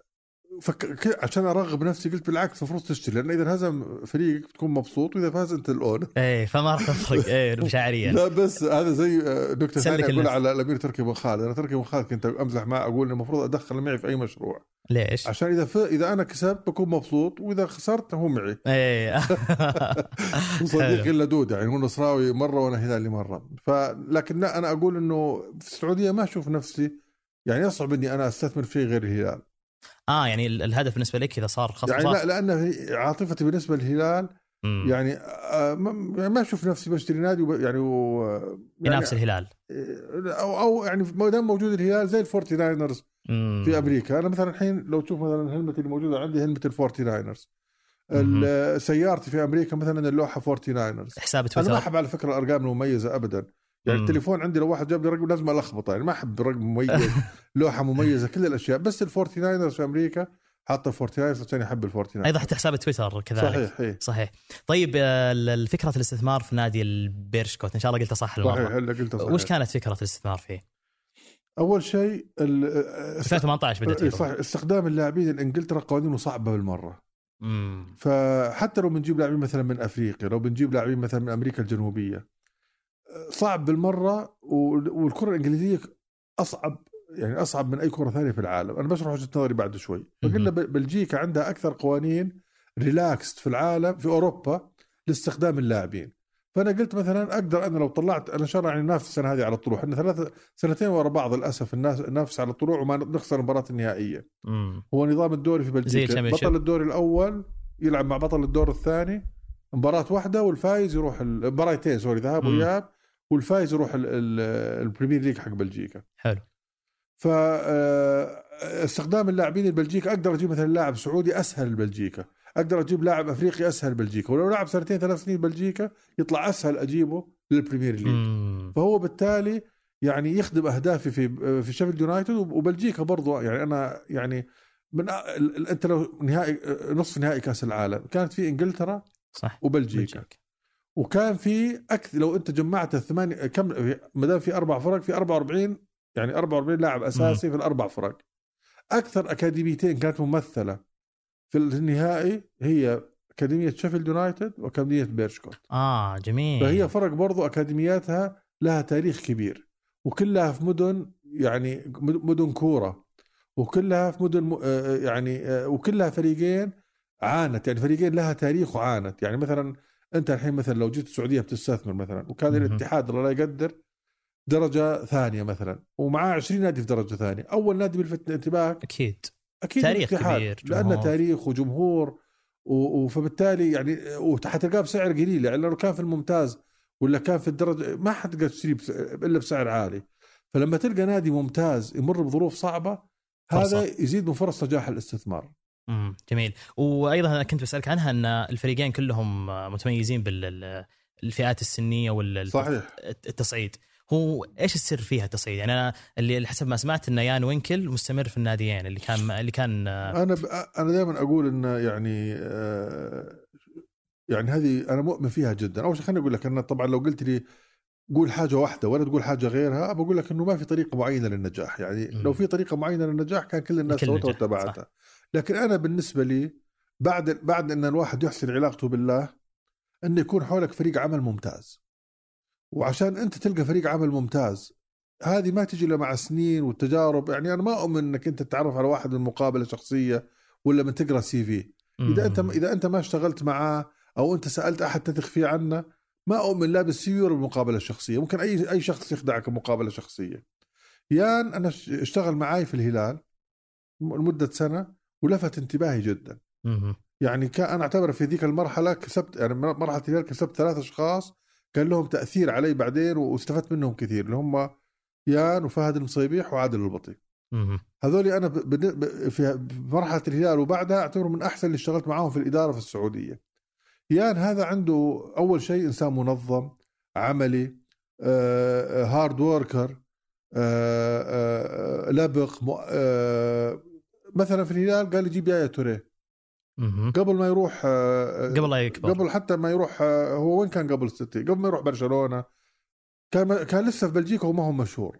فك... عشان ارغب نفسي قلت بالعكس المفروض تشتري، لان اذا هزم فريقك تكون مبسوط واذا فاز انت الاون. ايه فما راح تفرق. ايه مشاعريا. لا بس هذا زي نكته ثانيه اقول على الامير تركي بن خالد. انا تركي بن خالد كنت امزح معه اقول المفروض ادخل معي في اي مشروع. ليش؟ عشان اذا ف... اذا انا كسبت بكون مبسوط واذا خسرت هو معي. ايه صديقي اللدود يعني هو نصراوي مره وانا هلالي مره. فلكن لا انا اقول انه في السعوديه ما اشوف نفسي يعني يصعب اني انا استثمر في غير الهلال. اه يعني الهدف بالنسبه لك اذا صار خصم يعني لا، لان عاطفتي بالنسبه للهلال مم. يعني آه ما اشوف نفسي بشتري نادي يعني و يعني ينافس الهلال او او يعني ما دام موجود الهلال زي الفورتي ناينرز مم. في امريكا. انا مثلا الحين لو تشوف مثلا هلمتي اللي موجوده عندي هلمه الفورتي ناينرز، مم. سيارتي في امريكا مثلا اللوحه فورتي ناينرز. حساب تويتر انا ما احب على فكره الارقام المميزه ابدا، يعني مم. التليفون عندي لو واحد جاب لي رقم لازم الخبطه، يعني ما احب رقم مميز لوحه مميزه كل الاشياء، بس الفورتي ناينرز في امريكا حاطه الفورتي ناينرز عشان يحب الفورتي ناينرز. ايضا حتى حساب تويتر كذلك. صحيح هي. صحيح. طيب الفكره الاستثمار في نادي البيرشكوت ان شاء الله قلت صح المره. صحيح هلا قلت صحيح. وش كانت فكره الاستثمار فيه؟ اول شيء ألفين وثمانية عشر بدأت صح استخدام اللاعبين الانجلترا قوانينه صعبه بالمره. مم. فحتى لو بنجيب لاعبين مثلا من افريقيا، لو بنجيب لاعبين مثلا من امريكا الجنوبيه، صعب بالمره. والكره الانجليزيه اصعب، يعني اصعب من اي كره ثانيه في العالم. انا بشرح وجهه نظري بعد شوي. فقلنا بلجيكا عندها اكثر قوانين ريلاكست في العالم في اوروبا لاستخدام اللاعبين. فانا قلت مثلا اقدر انا لو طلعت انا شرع يعني ننافس السنه هذه على الطلوع، احنا ثلاثه سنتين ورا بعض للاسف الناس ننافس على الطلوع وما نخسر المباراه النهائيه. مم. هو نظام الدوري في بلجيكا بطل الدوري الاول يلعب مع بطل الدور الثاني مباراه واحده، والفايز يروح المباراتين سوري ذهاب واياب، والفايز يروح البريمير ليج حق بلجيكا. حلو. فاستخدام اللاعبين البلجيكا اقدر اجيب مثلا لاعب سعودي اسهل لبلجيكا، اقدر اجيب لاعب افريقي اسهل بلجيكا، ولو لاعب سنتين ثلاث سنين بلجيكا يطلع اسهل اجيبه للبريمير ليج. مم. فهو بالتالي يعني يخدم اهدافي في في شيفيلد يونايتد وبلجيكا برضو. يعني انا يعني من انت لو نهائي نصف نهائي كاس العالم كانت في انجلترا صح وبلجيكا بلجيك. وكان في اكثر لو انت جمعت الثمانية كم ما دام في اربع فرق في أربعة وأربعين يعني أربعة وأربعين لاعب اساسي مم. في الاربع فرق. اكثر اكاديميتين كانت ممثله في النهائي هي اكاديميه شيفيلد يونايتد واكاديميه بيرشكوت. اه جميل. فهي فرق برضو اكاديمياتها لها تاريخ كبير، وكلها في مدن يعني مدن كوره، وكلها في مدن يعني وكلها فريقين عانت، يعني فريقين لها تاريخ وعانت. يعني مثلا انت الحين مثلا لو جيت السعوديه بتستثمر مثلا وكان الاتحاد الله لا يقدر درجه ثانيه مثلا ومعاه عشرين نادي في درجه ثانيه، اول نادي بيلفت انتباهك اكيد اكيد تاريخ الاتحاد كبير لانه تاريخ وجمهور، وفبالتالي يعني وحتلقاه بسعر قليل. يعني لو كان في الممتاز ولا كان في الدرجه ما حتقدر تشتري الا بسعر عالي. فلما تلقى نادي ممتاز يمر بظروف صعبه فرصة. هذا يزيد من فرص نجاح الاستثمار. امم جميل. وايضا انا كنت بسالك عنها ان الفريقين كلهم متميزين بالفئات السنيه والتصعيد. هو ايش السر فيها التصعيد؟ يعني انا اللي حسب ما سمعت ان يان وينكل مستمر في الناديين اللي كان اللي كان انا ب... انا دائما اقول ان يعني آه يعني هذه انا مؤمن فيها جدا. اول شيء خليني اقول لك ان طبعا لو قلت لي قول حاجه واحده ولا تقول حاجه غيرها بقول لك انه ما في طريقه معينه للنجاح. يعني م. لو في طريقه معينه للنجاح كان كل الناس سوتها واتبعتها. لكن انا بالنسبه لي بعد بعد ان الواحد يحسن علاقته بالله انه يكون حولك فريق عمل ممتاز. وعشان انت تلقى فريق عمل ممتاز هذه ما تجي الا مع سنين والتجارب. يعني انا ما اؤمن انك انت تتعرف على واحد من مقابله شخصيه ولا من تقرا سي في. اذا انت اذا انت ما اشتغلت معاه او انت سالت احد تثق فيه عنه ما اؤمن لا بالسي في ولا بالمقابله الشخصيه. ممكن اي اي شخص يخدعك بمقابله شخصيه. يان انا اشتغل معاي في الهلال لمده سنه ولفت انتباهي جدا. يعني كان انا اعتبر في ذيك المرحله كسبت يعني مرحله الهلال كسبت ثلاث اشخاص كان لهم تاثير علي بعدين واستفدت منهم كثير اللي هم يان وفهد المصيبيح وعادل البطي. هذولي انا في مرحله الهلال وبعدها اعتبره من احسن اللي اشتغلت معاهم في الاداره في السعوديه. يان هذا عنده اول شيء انسان منظم عملي آه، هارد ووركر آه، آه، لبق آه، مثلا في الهلال قال يجيب يايا توريه قبل ما يروح قبل لا يكبر قبل حتى ما يروح. هو وين كان قبل السيتي قبل ما يروح برشلونة كان كان لسه في بلجيكا وما هو مشهور.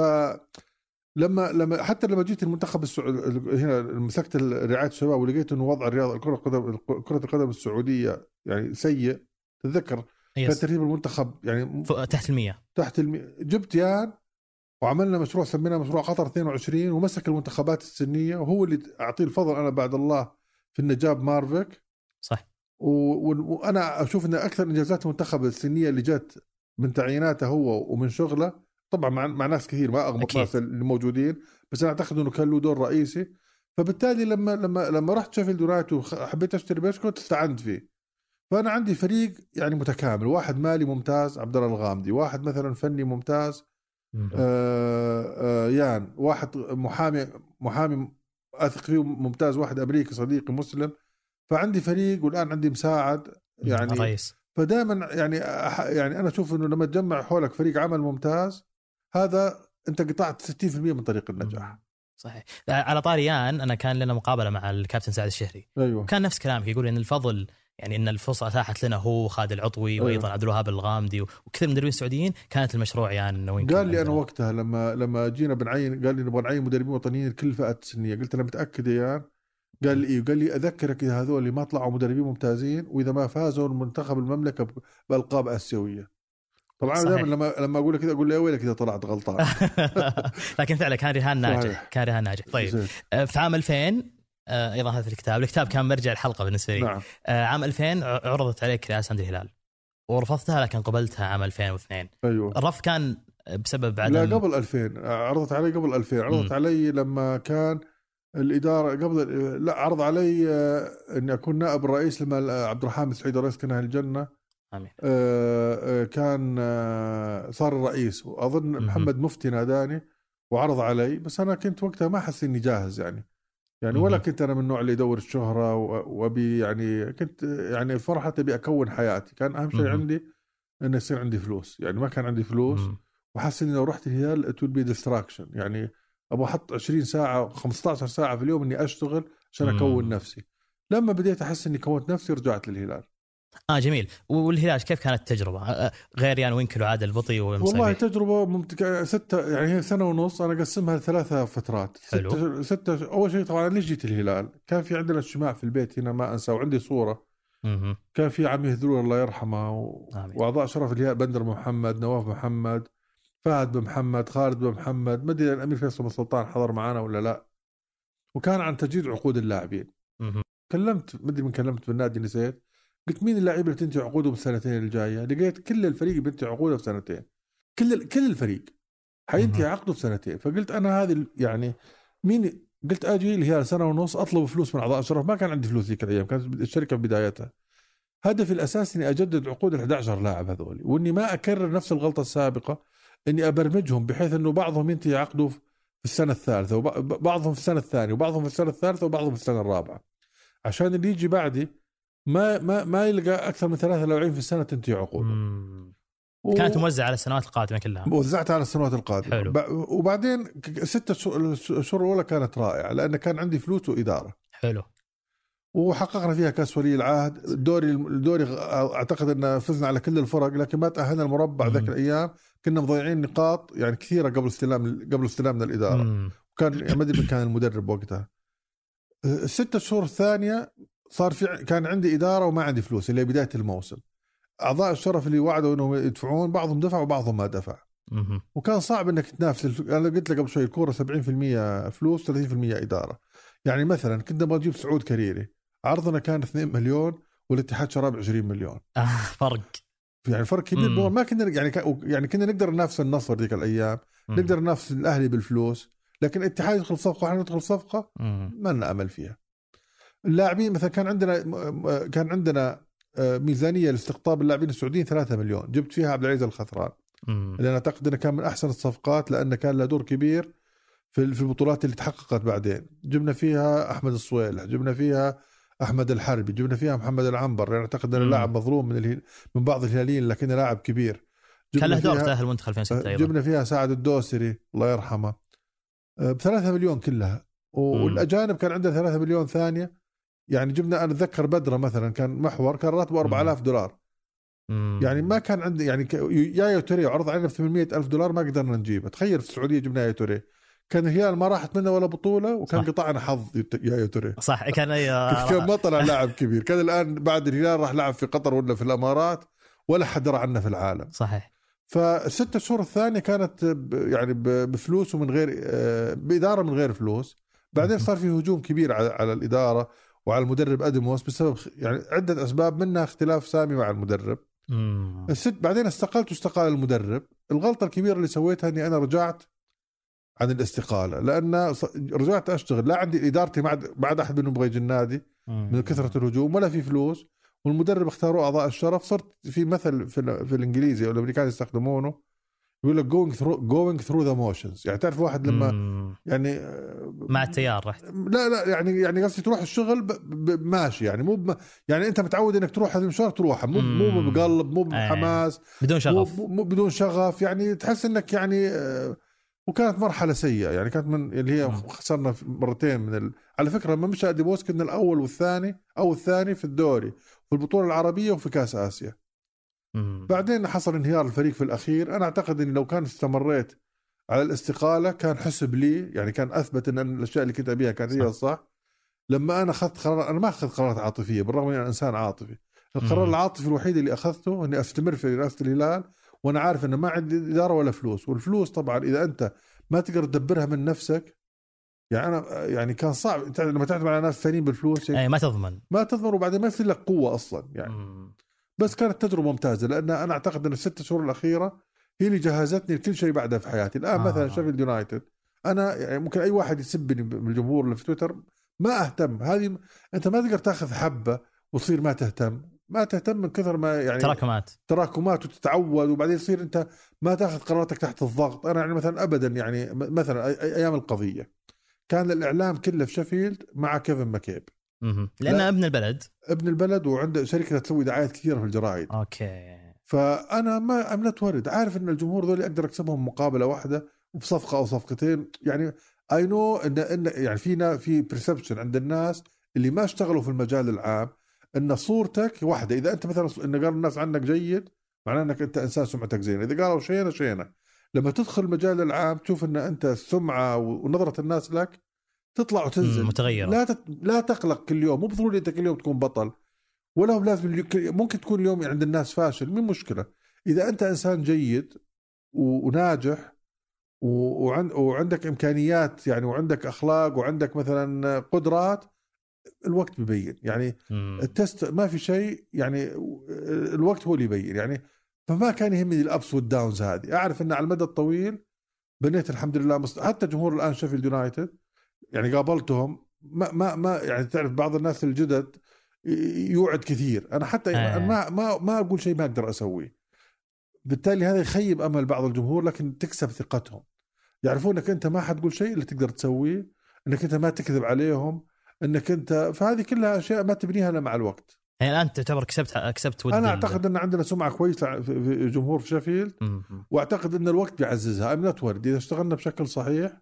فلما لما حتى لما جيت المنتخب السعودي هنا مسكت رعاية الشباب ولقيت انه وضع الرياضة كرة القدم كرة القدم السعودية يعني سيء. تتذكر كان ترتيب المنتخب يعني تحت المية تحت المية. جبت يان وعملنا مشروع سميناه مشروع قطر اثنين وعشرين ومسك المنتخبات السنية وهو اللي أعطيه الفضل أنا بعد الله في النجاب مارفيك. صح. وأنا أشوف أن أكثر إنجازات المنتخب السنية اللي جت من تعييناته هو ومن شغله طبعا مع, مع ناس كثير ما أغمط ناس اللي موجودين بس أنا أعتقد أنه كان له دور رئيسي. فبالتالي لما لما لما رحت شيفيلد يونايتد وحبيت أشتري بيرشكوت استعنت فيه. فانا عندي فريق يعني متكامل، واحد مالي ممتاز عبد الله الغامدي، واحد مثلا فني ممتاز آه آه يان، واحد محامي محامي اثق فيه ممتاز، واحد امريكي صديقي مسلم. فعندي فريق، والان عندي مساعد يعني الرئيس. فدائما يعني يعني انا اشوف انه لما تجمع حولك فريق عمل ممتاز، هذا انت قطعت ستين بالمئة من طريق النجاح. صحيح. على طاريان انا كان لنا مقابله مع الكابتن سعد الشهري، أيوة. كان نفس كلامك، يقول ان الفضل يعني ان الفرصه اتاحت لنا هو خالد العطوي، أيوة. وايضا عبد الوهاب الغامدي وكثير من المدربين السعوديين، كانت المشروع يعني وين قال لي انا وقتها لما لما جينا بنعين، قال لي نبغى نعين مدربين وطنيين لكل فئه سنيه. قلت له متاكد يا يعني؟ قال لي ايه. قال لي اذكرك اذا هذول اللي ما طلعوا مدربين ممتازين، واذا ما فازوا المنتخب المملكه بالقاب اسيويه. طبعا انا دائما لما لما اقول لك كذا اقول له يا ويلك اذا طلعت غلطان. لكن فعلا كان رهان ناجح، كان رهان ناجح. طيب زي. في عام ألفين ايضا هذا الكتاب الكتاب كان مرجع الحلقه بالنسبه لي. نعم. عام ألفين عرضت عليك رئاسه نادي الهلال ورفضتها، لكن قبلتها عام ألفين واثنين. ايوه. الرفض كان بسبب عدم. لا قبل ألفين عرضت علي، قبل ألفين عرضت م. علي لما كان الإدارة قبل، لا عرض علي إني أكون نائب الرئيس لما عبد الرحمن السعيد رئيس كان أهل الجنة. آمين. كان صار الرئيس، وأظن محمد مفتي ناداني وعرض علي، بس أنا كنت وقتها ما حس إني جاهز يعني يعني ولا كنت أنا من النوع اللي يدور الشهرة وأبي يعني، كنت يعني فرحة أبي أكون حياتي. كان أهم شيء عندي إنه يصير عندي فلوس، يعني ما كان عندي فلوس. وحس إني لو رحت الهلال it will be distraction، يعني أبغى أحط عشرين ساعة خمسة عشر ساعة في اليوم إني أشتغل عشان أكون نفسي. لما بديت أحس إني كونت نفسي رجعت للهلال. آه جميل. والهلال كيف كانت التجربة غير يعني وين كيلو عادل البطي ومصابيح؟ والله تجربة ممتعة. ستة يعني هي سنة ونص، أنا أقسمها لثلاثة فترات. ستة, ستة أول شيء طبعا ليش جيت الهلال، كان في عندنا اجتماع في البيت هنا ما أنسى، وعندي صورة. مم. كان في عمي هذلول الله يرحمه و... وأعضاء شرف الهلال، بندر محمد، نواف محمد، فهد بن محمد، خالد بن محمد، ما أدري الأمير فيصل بن سلطان حضر معنا ولا لا. وكان عن تجديد عقود اللاعبين. مم. كلمت ما أدري من كلمت بالنادي نسيت، قلت مين اللاعب اللي تنتهي عقوده بالسنتين الجاية؟ لقيت كل الفريق بينتهي عقوده بسنتين، كل كل الفريق حينتهي عقده بسنتين. فقلت أنا هذه يعني مين، قلت أجي الهلال سنة ونص أطلب فلوس من أعضاء الشرف، ما كان عندي فلوس ذيك الأيام، كانت الشركة بدايتها. هدفي الأساسي إني أجدد عقود الأحد عشر لاعب هذول، وإني ما أكرر نفس الغلطة السابقة، إني أبرمجهم بحيث إنه بعضهم ينتهي عقده في السنة الثالثة، وبعضهم في السنة الثانية، وبعضهم في السنة الثالثة، وبعضهم في السنة الرابعة، عشان اللي يجي بعدي ما ما ما يلقى أكثر من ثلاثة لاعبين في السنة تنتهي عقوده. و... كانت موزعة على السنوات القادمة كلها. وزعتها على السنوات القادمة. حلو. ب... وبعدين ستة شهور الأولى كانت رائعة لأن كان عندي فلوس وإدارة. حلو. وحققنا فيها كاس ولي العهد. الدوري الدوري أعتقد أن فزنا على كل الفرق، لكن ما تأهلنا المربع ذاك الأيام، كنا مضيعين نقاط يعني كثيرة قبل استلام قبل استلامنا الإدارة. مم. وكان ما أدري من كان المدرب وقتها. الستة شهور الثانية صار في كان عندي إدارة وما عندي فلوس اللي بداية الموسم. أعضاء الشرف اللي وعدوا إنهم يدفعون بعضهم دفع وبعضهم ما دفع. مم. وكان صعب إنك تنافس. أنا قلت لك قبل شوي الكورة سبعين بالمئة فلوس ثلاثين بالمئة إدارة. يعني مثلا كنا نبغى نجيب سعود كريري، عرضنا كان اثنين مليون والاتحاد شراب عشرين مليون. آه فرق يعني فرق كبير. ما كنا يعني يعني كنا نقدر ننافس النصر ذيك الأيام. مم. نقدر ننافس الأهلي بالفلوس، لكن الاتحاد يدخل صفقة وإحنا ندخل صفقة ما لنا أمل فيها. اللاعبين مثلا كان عندنا كان عندنا ميزانية لاستقطاب اللاعبين السعوديين ثلاثة مليون، جبت فيها عبد العزيز الخثران اللي أنا أعتقد أنه كان من أحسن الصفقات لأنه كان له دور كبير في في البطولات اللي تحققت بعدين. جبنا فيها أحمد الصويلح، جبنا فيها أحمد الحربي، جبنا فيها محمد العنبر، يعني أعتقد أنه لاعب مظلوم من الهل... من بعض الهلاليين لكنه لاعب كبير. كان له دور تأهل المنتخب ألفين وستة أيضا. جبنا فيها سعد الدوسري الله يرحمه بثلاثة مليون كلها. والأجانب كان عندنا ثلاثة مليون ثانية. يعني جبنا أنا أتذكر بدرة مثلا كان محور كان راتبه أربعة آلاف دولار. مم. يعني ما كان عندي يعني يايو توري عرض علينا بثمانمئة ألف دولار ما قدرنا نجيبه. تخيل في السعودية جبنا يايو توري، كان الهلال ما راحت منه ولا بطولة، وكان صح. قطعنا حظ يايو توري. صح كان كان ما طلع لاعب كبير. كان الآن بعد الهلال راح لعب في قطر ولا في الأمارات ولا حد درى عنه في العالم. صحيح. فالستة شهور الثانية كانت يعني بفلوس ومن غير بإدارة من غير فلوس. بعدين صار في هجوم كبير على الإدارة وعلى المدرب أدموس بسبب يعني عدة أسباب، منها اختلاف سامي مع المدرب. مم. الست بعدين استقلت واستقال المدرب. الغلطة الكبيرة اللي سويتها أني أنا رجعت عن الاستقالة، لأن رجعت أشتغل لا عندي إدارتي بعد بعد أحد منهم بغى يجي النادي من كثرة الهجوم، ولا في فلوس، والمدرب اختاروا اعضاء الشرف. صرت في مثل في, في الانجليزي او الامريكان يستخدمونه، يقول لك going through going through the motions. يعني تعرف واحد لما مم. يعني مع التيار رحت، لا لا يعني يعني قصدي تروح الشغل ب... ب... ماشي يعني مو ب... يعني انت متعود انك تروح هذا المشوار تروح مو مو بقلب مو بحماس بدون شغف، مو... مو بدون شغف، يعني تحس انك يعني آه، وكانت مرحله سيئه يعني كانت من اللي هي خسرنا مرتين من ال... على فكره لما مشى ديبوس كنا الاول والثاني او الثاني في الدوري في البطوله العربيه وفي كاس اسيا. مم. بعدين حصل انهيار الفريق في الاخير. انا اعتقد اني لو كان استمريت على الاستقاله كان حسب لي، يعني كان اثبت ان الاشياء اللي كنت ابيها كانت هي الصح. لما انا اخذت قرار، انا ما اخذت قرارات عاطفيه بالرغم اني انا انسان عاطفي. القرار مم. العاطفي الوحيد اللي اخذته اني استمر في رئاسه الهلال وانا عارف انه ما عندي اداره ولا فلوس، والفلوس طبعا اذا انت ما تقدر تدبرها من نفسك، يعني انا يعني كان صعب انت لما تعتمد على ناس ثانيين بالفلوس اي ما تضمن ما تضمن وبعدين ما يصير لك قوه اصلا يعني. مم. بس كانت تجربه ممتازه لان انا اعتقد ان الست شهور الاخيره هي اللي جهزتني لكل شيء بعدها في حياتي. الان آه. مثلا شيفيلد يونايتد انا يعني ممكن اي واحد يسبني بالجمهور اللي في تويتر ما اهتم. هذه انت ما تقدر تاخذ حبه وتصير ما تهتم ما تهتم من كثر ما يعني تراكمات تراكمات وتتعود وبعدين يصير انت ما تاخذ قراراتك تحت الضغط. انا يعني مثلا ابدا يعني مثلا أي ايام القضيه كان الاعلام كله في شيفيلد مع كيفن ماكيب لانه ابن البلد ابن البلد وعنده شركه تسوي دعايات كثيره في الجرايد. اوكي فانا ما املت ورد عارف ان الجمهور ذول اقدر اكسبهم مقابله واحده وبصفقه او صفقتين. يعني اي نو ان ان يعني فينا في برسبشن عند الناس اللي ما اشتغلوا في المجال العام ان صورتك واحده. اذا انت مثلا ان قالوا الناس عنك جيد معناه انك انت انسان سمعتك زينه، اذا قالوا شينا شينا. لما تدخل المجال العام تشوف ان انت السمعه ونظره الناس لك تطلع وتنزل متغيره. لا تت... لا تقلق كل يوم، مو بضروري انت كل يوم تكون بطل ولا لازم ممكن تكون اليوم عند الناس فاشل. مين مشكلة إذا أنت إنسان جيد وناجح وعندك إمكانيات يعني وعندك أخلاق وعندك مثلا قدرات، الوقت بيبين يعني. مم. التست ما في شيء يعني الوقت هو اللي يبين يعني. فما كان يهمني الأبس والداونز هذه. أعرف أن على المدى الطويل بنيت الحمد لله مست... حتى جمهور الآن شيفيلد يونايتد يعني قابلتهم ما ما ما يعني تعرف بعض الناس الجدد يوعد كثير. انا حتى آه. ما ما ما اقول شيء ما اقدر اسويه، بالتالي هذا يخيب امل بعض الجمهور. لكن تكسب ثقتهم، يعرفون انك انت ما حتقول شيء اللي تقدر تسويه، انك انت ما تكذب عليهم، انك انت فهذه كلها اشياء ما تبنيها الا مع الوقت. يعني الان تعتبر كسبت كسبت ود انا اعتقد ان عندنا سمعه كويسه في جمهور في شيفيلد، واعتقد ان الوقت بيعززها. ام نوت ورد اذا اشتغلنا بشكل صحيح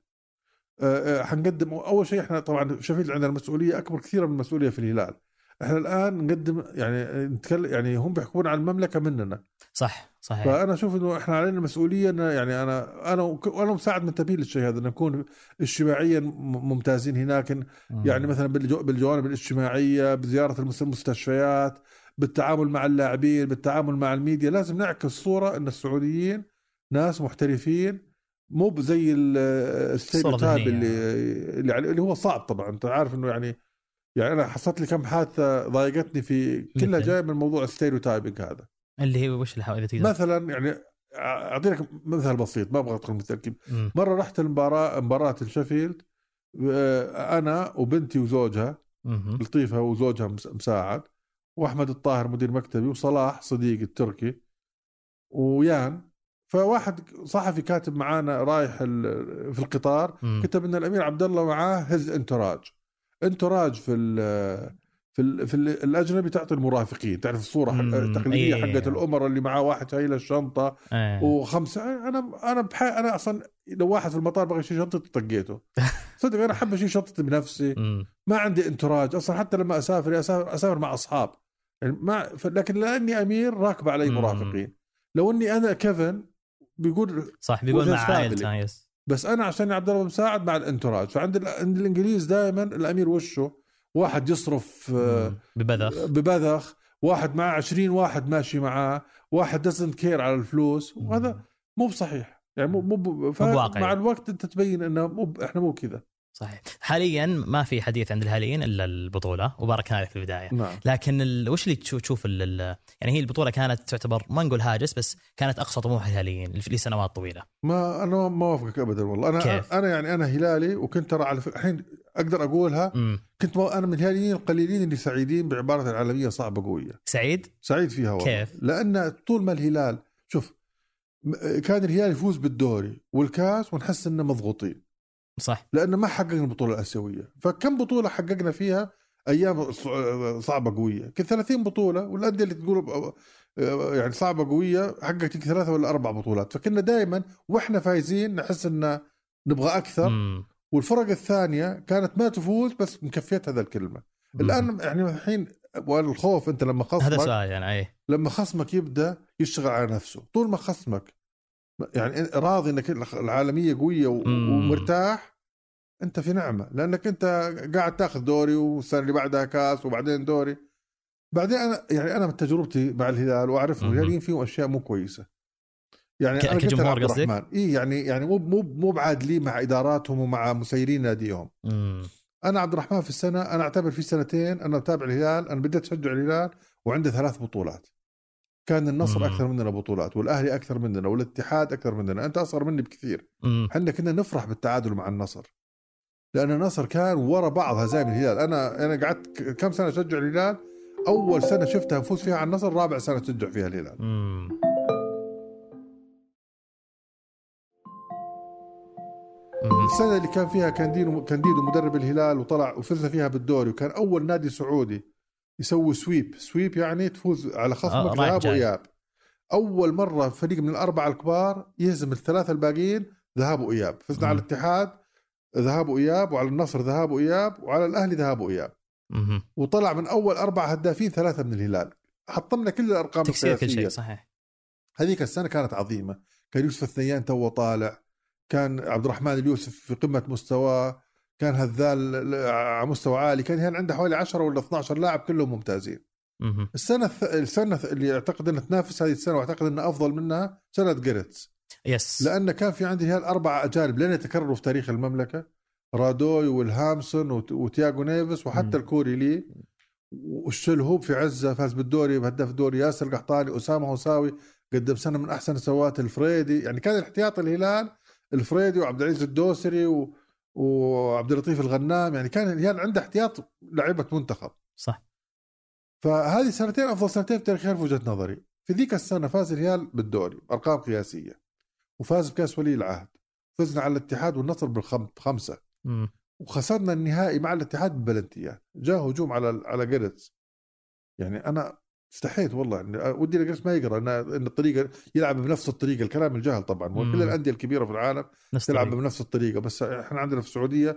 حنقدم. اول شيء احنا طبعا في شيفيلد عندنا مسؤوليه اكبر كثيرا من المسؤوليه في الهلال. احنا الان نقدم يعني نتكلم يعني هم بيحكون عن المملكه مننا. صح صحيح. فانا اشوف انه احنا علينا مسؤوليه يعني انا انا وانا مساعد منتبه للشيء هذا، نكون اجتماعيا ممتازين هناك. يعني مثلا بالجوانب الاجتماعيه بزياره المستشفيات بالتعامل مع اللاعبين بالتعامل مع الميديا لازم نعكس صوره ان السعوديين ناس محترفين، مو زي الستيريوتايب اللي اللي اللي هو صعب. طبعا انت عارف انه يعني يعني انا حصلت لي كم حادثه ضايقتني في كلها جاي من موضوع الستيريوتايبنج هذا اللي هو وش اللي اذا مثلا يعني اعطيك مثال بسيط ما ابغى ادخل بالتركيب. مره رحت المباراه مباراه الشيفيلد انا وبنتي وزوجها لطيفه وزوجها مساعد واحمد الطاهر مدير مكتبي وصلاح صديق التركي ويان. فواحد صحفي كاتب معانا رايح في القطار مم. كتب ان الامير عبد الله معاه هز انتراج انتراج في ال في ال في ال الاجنبي تعطي المرافقين تعرف الصوره التقليديه أيه. حقت الامراء اللي معاه واحد شايل الشنطه أيه. وخمسه. انا انا بحي انا اصلا لو واحد في المطار بغى يشيل شنطتي طقيته صدق انا احب اشيل شنطتي بنفسي ما عندي انتراج اصلا. حتى لما اسافر اسافر, أسافر مع اصحاب يعني ما لكن لاني امير راكب علي مرافقين. لو اني انا كيفن بيقول صح بيقول مع عائلته يس. بس انا عشان عبد الله مساعد مع الانتراج. فعند عند الانجليز دائما الامير وشه واحد يصرف ببذخ ببذخ واحد معه عشرين واحد ماشي معاه واحد doesn't care على الفلوس وهذا مو بصحيح يعني مو مو مع الوقت انت تبين انه مو احنا مو كذا. صحيح. حاليا ما في حديث عند الهلاليين الا البطوله وباركنا لك في البدايه. نعم. لكن ال... وش اللي تشوف ال... يعني هي البطوله كانت تعتبر ما نقول هاجس بس كانت اقصى طموح الهلاليين لسنوات طويله. ما انا ما اوافقك ابدا والله. انا كيف؟ انا يعني انا هلالي وكنت ترى على الحين اقدر اقولها م. كنت انا من الهلاليين القليلين اللي سعيدين بعباره العالميه صعبه قويه. سعيد سعيد فيها والله. كيف؟ لان طول ما الهلال شوف كان الهلال يفوز بالدوري والكاس ونحس انه مضغوطين صح، لأنه ما حققنا البطولة الآسيوية. فكم بطولة حققنا فيها أيام صعبة قوية؟ كل ثلاثين بطولة، والأندية اللي تقول يعني صعبة قوية حققت ثلاثة ولا أربع بطولات. فكنا دائما وإحنا فايزين نحس إن نبغى أكثر م. والفرق الثانية كانت ما تفوز بس مكفيت هذا الكلمة. م. الآن يعني الحين والخوف أنت لما خصمك هذا سؤال يعني أيه؟ لما خصمك يبدأ يشتغل على نفسه طول ما خصمك يعني راضي انك العالمية قوية ومرتاح انت في نعمة، لانك انت قاعد تاخذ دوري والسنة اللي بعدها كاس وبعدين دوري. بعدين انا يعني انا من تجربتي مع الهلال واعرف الهلاليين فيهم اشياء مو كويسة. يعني ك- انا كجمهور قصدك؟ اي يعني يعني مو مو مو بعادلين مع اداراتهم ومع مسيرين ناديهم. مم. انا عبد الرحمن في السنة انا اعتبر في سنتين انا بتابع الهلال، انا بديت اشجع الهلال وعنده ثلاث بطولات. كان النصر مم. أكثر مننا بطولات والأهلي أكثر مننا والاتحاد أكثر مننا. أنت أصغر مني بكثير. حنا كنا نفرح بالتعادل مع النصر لأن النصر كان ورا بعض هزايم الهلال. أنا أنا قعدت كم سنة أشجع الهلال، أول سنة شفتها نفوز فيها على النصر، رابع سنة تشجع فيها الهلال. مم. السنة اللي كان فيها كانديدو كانديدو مدرب الهلال وطلع وفزنا فيها بالدوري، وكان أول نادي سعودي يسوي سويب. سويب يعني تفوز على خصمك ذهاب وإياب. أول مرة فريق من الأربعة الكبار يهزم الثلاثة الباقيين ذهاب وإياب. فزنا على الاتحاد ذهاب وإياب، وعلى النصر ذهاب وإياب، وعلى الأهلي ذهاب وإياب. وطلع من أول أربعة هدافين ثلاثة من الهلال. حطمنا كل الأرقام القياسية. صحيح. هذيك السنة كانت عظيمة. كان يوسف الثنيان تو طالع، كان عبد الرحمن اليوسف في قمة مستواه، كان هذال على مستوى عالي، كان هنا عنده حوالي عشرة ولا اثنا عشر لاعب كلهم ممتازين. مه. السنة السنة اللي أعتقد أنها تنافس هذه السنة وأعتقد أنها أفضل منها سنة جيرتس. يس. لأن كان في عندي هال أربعة أجانب لن يتكرروا في تاريخ المملكة، رادوي والهامسون وتياغو نيفس وحتى مه. الكوري لي والشلهوب في عزة فاز بالدوري بهداف الدوري، ياسر قحطاني، أسامة هساوي قدم سنة من أحسن سوات، الفريدي. يعني كان الاحتياط الهلال الفريدي وعبد العزيز الدوسري و... وعبد اللطيف الغنام. يعني كان الهلال عنده احتياط لعيبة منتخب. صح. فهذه سنتين أفضل سنتين في تاريخ في وجهة نظري. في ذيك السنة فاز الهلال بالدوري بأرقام قياسية، وفاز بكأس ولي العهد، فزنا على الاتحاد والنصر بالخمسة، م. وخسرنا النهائي مع الاتحاد ببلنتيات. جاء هجوم على على جيرتس. يعني أنا استحيت والله إن ودي لجيرتس ما يقرأ إن إن الطريقة يلعب بنفس الطريقة. الكلام الجهل طبعا، وكل الأندية الكبيرة في العالم تلعب بنفس الطريقة، بس إحنا عندنا في السعودية.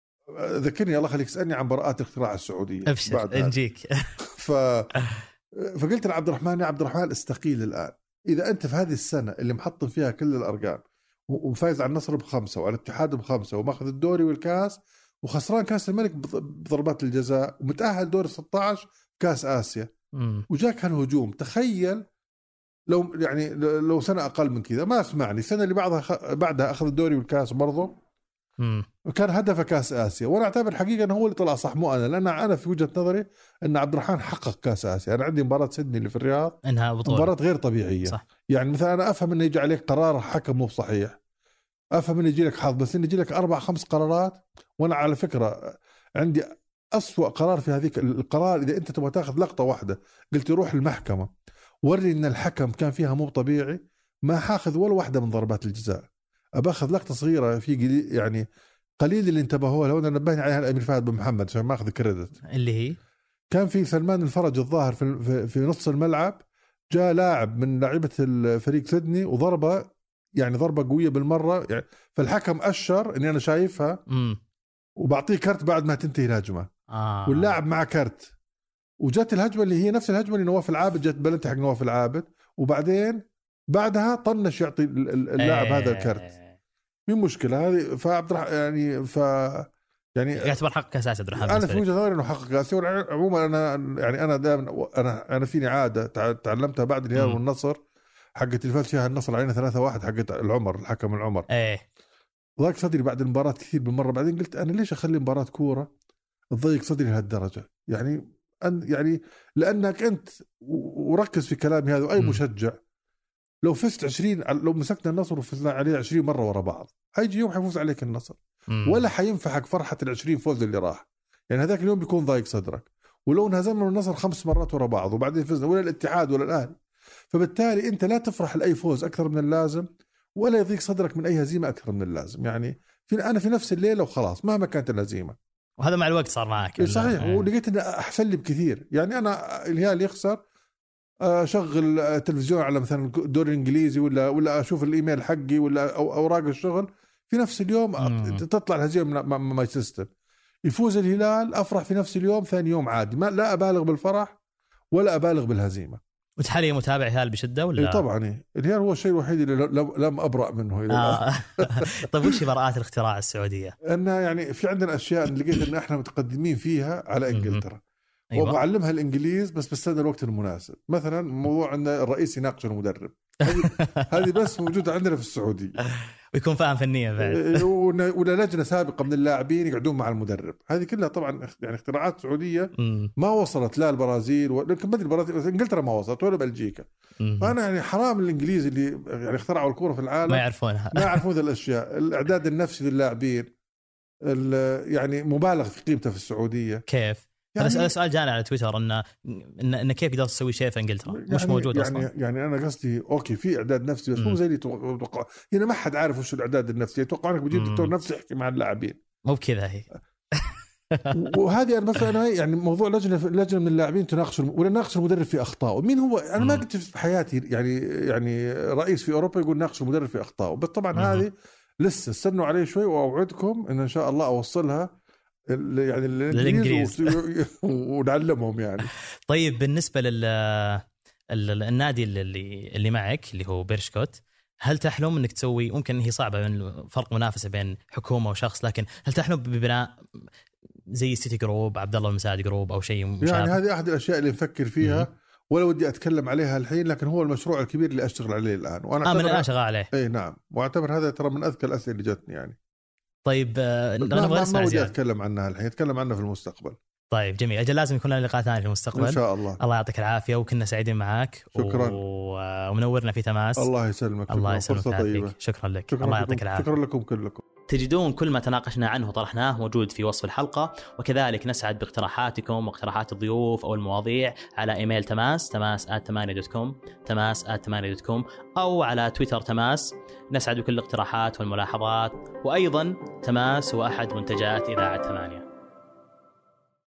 ذكرني الله خليك اسألني عن براءات الاختراع السعودية. أبشر نجيك. ف... فقلت لعبد الرحمن يا عبد الرحمن استقيل الآن. إذا أنت في هذه السنة اللي محطم فيها كل الأرقام وفايز على النصر بخمسة وعلى الاتحاد بخمسة وماخذ الدوري والكاس وخسران كاس الملك بضربات الجزاء ومتأهل دور ستة عشر كاس آسيا م. وجاك هالهجوم، تخيل لو يعني لو سنة أقل من كذا ما اسمعني. السنة اللي بعدها خ... بعدها أخذ الدوري والكاس برضه وكان هدف كاس آسيا. وأنا أعتبر حقيقة أنه هو اللي طلع صح مو أنا، لأن أنا في وجهة نظري أن عبد الرحمن حقق كاس آسيا. أنا عندي مباراة سيدني اللي في الرياض إنها بطولة مباراة غير طبيعية. صح. يعني مثلا أنا أفهم أنه يجي عليك قرار حكم مو صحيح، أفهم أنه يجي لك حظ، بس أنه يجي لك أربع خمس قرارات. وأنا على فكرة عندي أسوأ قرار في هذيك القرار. إذا أنت تبغى تاخذ لقطة واحدة قلت يروح المحكمة وري أن الحكم كان فيها مو طبيعي، ما حاخذ ولا واحدة من ضربات الجزاء. أباخذ لقطة صغيرة في يعني قليل اللي انتبهوا لها، وانا نبهني عليها الامير فهد بن محمد عشان ما اخذ كريدت. اللي هي كان في سلمان الفرج الظاهر في في نص الملعب، جاء لاعب من لاعيبه الفريق سيدني وضربه يعني ضربه قويه بالمره يعني. فالحكم اشر اني انا شايفها م. وبعطيه كرت بعد ما تنتهي الهجمه. آه. واللاعب مع كرت، وجت الهجمه اللي هي نفس الهجمه اللي نواف العابد جت بلنتي حق نواف العابد، وبعدين بعدها طنش يعطي اللاعب ايه. هذا الكرت. مين مشكلة هذه؟ فعبد الرحمن يعني ف يعني يعتبر حق كاس آسيا. أنا في وجهة نظري إنه حقق كاس آسيا. عموما أنا يعني أنا دائما أنا أنا فيني عادة تعلمتها بعد الهلال والنصر، حقت اللي فات فيها النصر علينا ثلاثة واحد حقت العمر الحكم العمر. إيه. ضاق صدري بعد المباراة كثير بالمرة. بعدين قلت أنا ليش أخلي مباراة كورة تضيق صدري لهالدرجة؟ يعني أن يعني لأنك أنت، وركز في كلامي هذا، أي مشجع لو فزت عشرين، لو مسكنا النصر وفزنا عليه عشرين مرة ورا بعض، هيجي يوم حيفوز عليك النصر مم. ولا حينفعك فرحة العشرين فوز اللي راح. يعني هذاك اليوم بيكون ضايق صدرك. ولو انهزمنا النصر خمس مرات ورا بعض وبعدين فزنا، ولا الاتحاد ولا الأهلي، فبالتالي أنت لا تفرح لأي فوز أكثر من اللازم، ولا يضيق صدرك من أي هزيمة أكثر من اللازم. يعني في أنا في نفس الليلة وخلاص مهما كانت الهزيمة. وهذا مع الوقت صار معك. صحيح. ولقيت أنه أحسن لي بكثير. يعني أنا الهلال يخسر، أشغل تلفزيون على مثلا دوري الإنجليزي، ولا ولا أشوف الإيميل حقي ولا أو أوراق الشغل في نفس اليوم. مم. تطلع الهزيمة من ماي سيستم، يفوز الهلال، أفرح في نفس اليوم. ثاني يوم عادي، ما لا أبالغ بالفرح ولا أبالغ بالهزيمة. وتحالي متابع الهلال بشدة ولا؟ إيه طبعا. إيه الهلال هو الشيء الوحيد اللي لم أبرأ منه إلى آه. طيب وش براءات الاختراع السعودية؟ أن يعني في عندنا أشياء لقيت أن إحنا متقدمين فيها على إنجلترا. أيوة. ومعلمها الإنجليز بس بستنى الوقت المناسب. مثلا موضوع أن الرئيس يناقش المدرب، هذه بس موجودة عندنا في السعودية، ويكون فاهم فنيا بعد، ولا لجنة سابقة من اللاعبين يقعدون مع المدرب. هذه كلها طبعا يعني اختراعات سعودية ما وصلت لا البرازيل، ولكن ما ادري البرازيل، انجلترا ما وصلت ولا بلجيكا. فانا يعني حرام الانجليز اللي يعني اخترعوا الكرة في العالم ما يعرفونها، ما يعرفون هذه الاشياء. الاعداد النفسي للاعبين يعني مبالغ في قيمته في السعودية. كيف؟ يعني هذا سؤال جانا على تويتر إن إن, إن كيف قدرت تسوي شيء في إنجلترا يعني مش موجود يعني أصلا. يعني أنا قصدي أوكي في إعداد نفسي بس مو زي اللي توقع. هنا ما حد عارف وش الإعداد النفسي. يتوقع إنك بتجيب دكتور نفسي يحكي مع اللاعبين، مو بكذا هي. وهذه أنا مثلا أنا يعني موضوع لجنة لجنة من اللاعبين تناقش ولا ناقش المدرب في أخطائه. مين هو؟ أنا ما قلت في حياتي يعني يعني رئيس في أوروبا يقول ناقش المدرب في أخطائه. بس طبعا هذه لسه استنوا عليه شوي، وأوعدكم إن إن شاء الله أوصلها يعني الانجليز ونعلمهم يعني. طيب بالنسبه لل النادي اللي اللي معك اللي هو بيرشكوت، هل تحلم انك تسوي، ممكن هي صعبه من فرق منافسه بين حكومه وشخص، لكن هل تحلم ببناء زي سيتي جروب، عبد الله بن مساعد جروب او شيء مشابه؟ يعني هذه احد الاشياء اللي نفكر فيها م- ولا ودي اتكلم عليها الحين، لكن هو المشروع الكبير اللي اشتغل عليه الان، وانا اه من الان شغال عليه. اي نعم، واعتبر هذا ترى من اذكى الاسئله اللي جتني يعني. طيب آه ما, ما, ما ودي اتكلم عنها الحين، اتكلم عنها في المستقبل. طيب جميل، اجل لازم يكون لنا لقاء ثاني في المستقبل ان شاء الله. الله يعطيك العافيه، وكنا سعيدين معك. شكرا و... ومنورنا في تماس. الله يسلمك. الله يسلمك. طيبة. شكرا لك. شكرا الله يعطيك العافيه. شكرا لكم كلكم. تجدون كل ما تناقشنا عنه وطرحناه موجود في وصف الحلقة، وكذلك نسعد باقتراحاتكم واقتراحات الضيوف أو المواضيع على إيميل تماس تماس آت ثمانية دوت كوم تماس آت ثمانية دوت كوم أو على تويتر تماس. نسعد بكل الاقتراحات والملاحظات. وأيضا تماس هو أحد منتجات إذاعة ثمانية.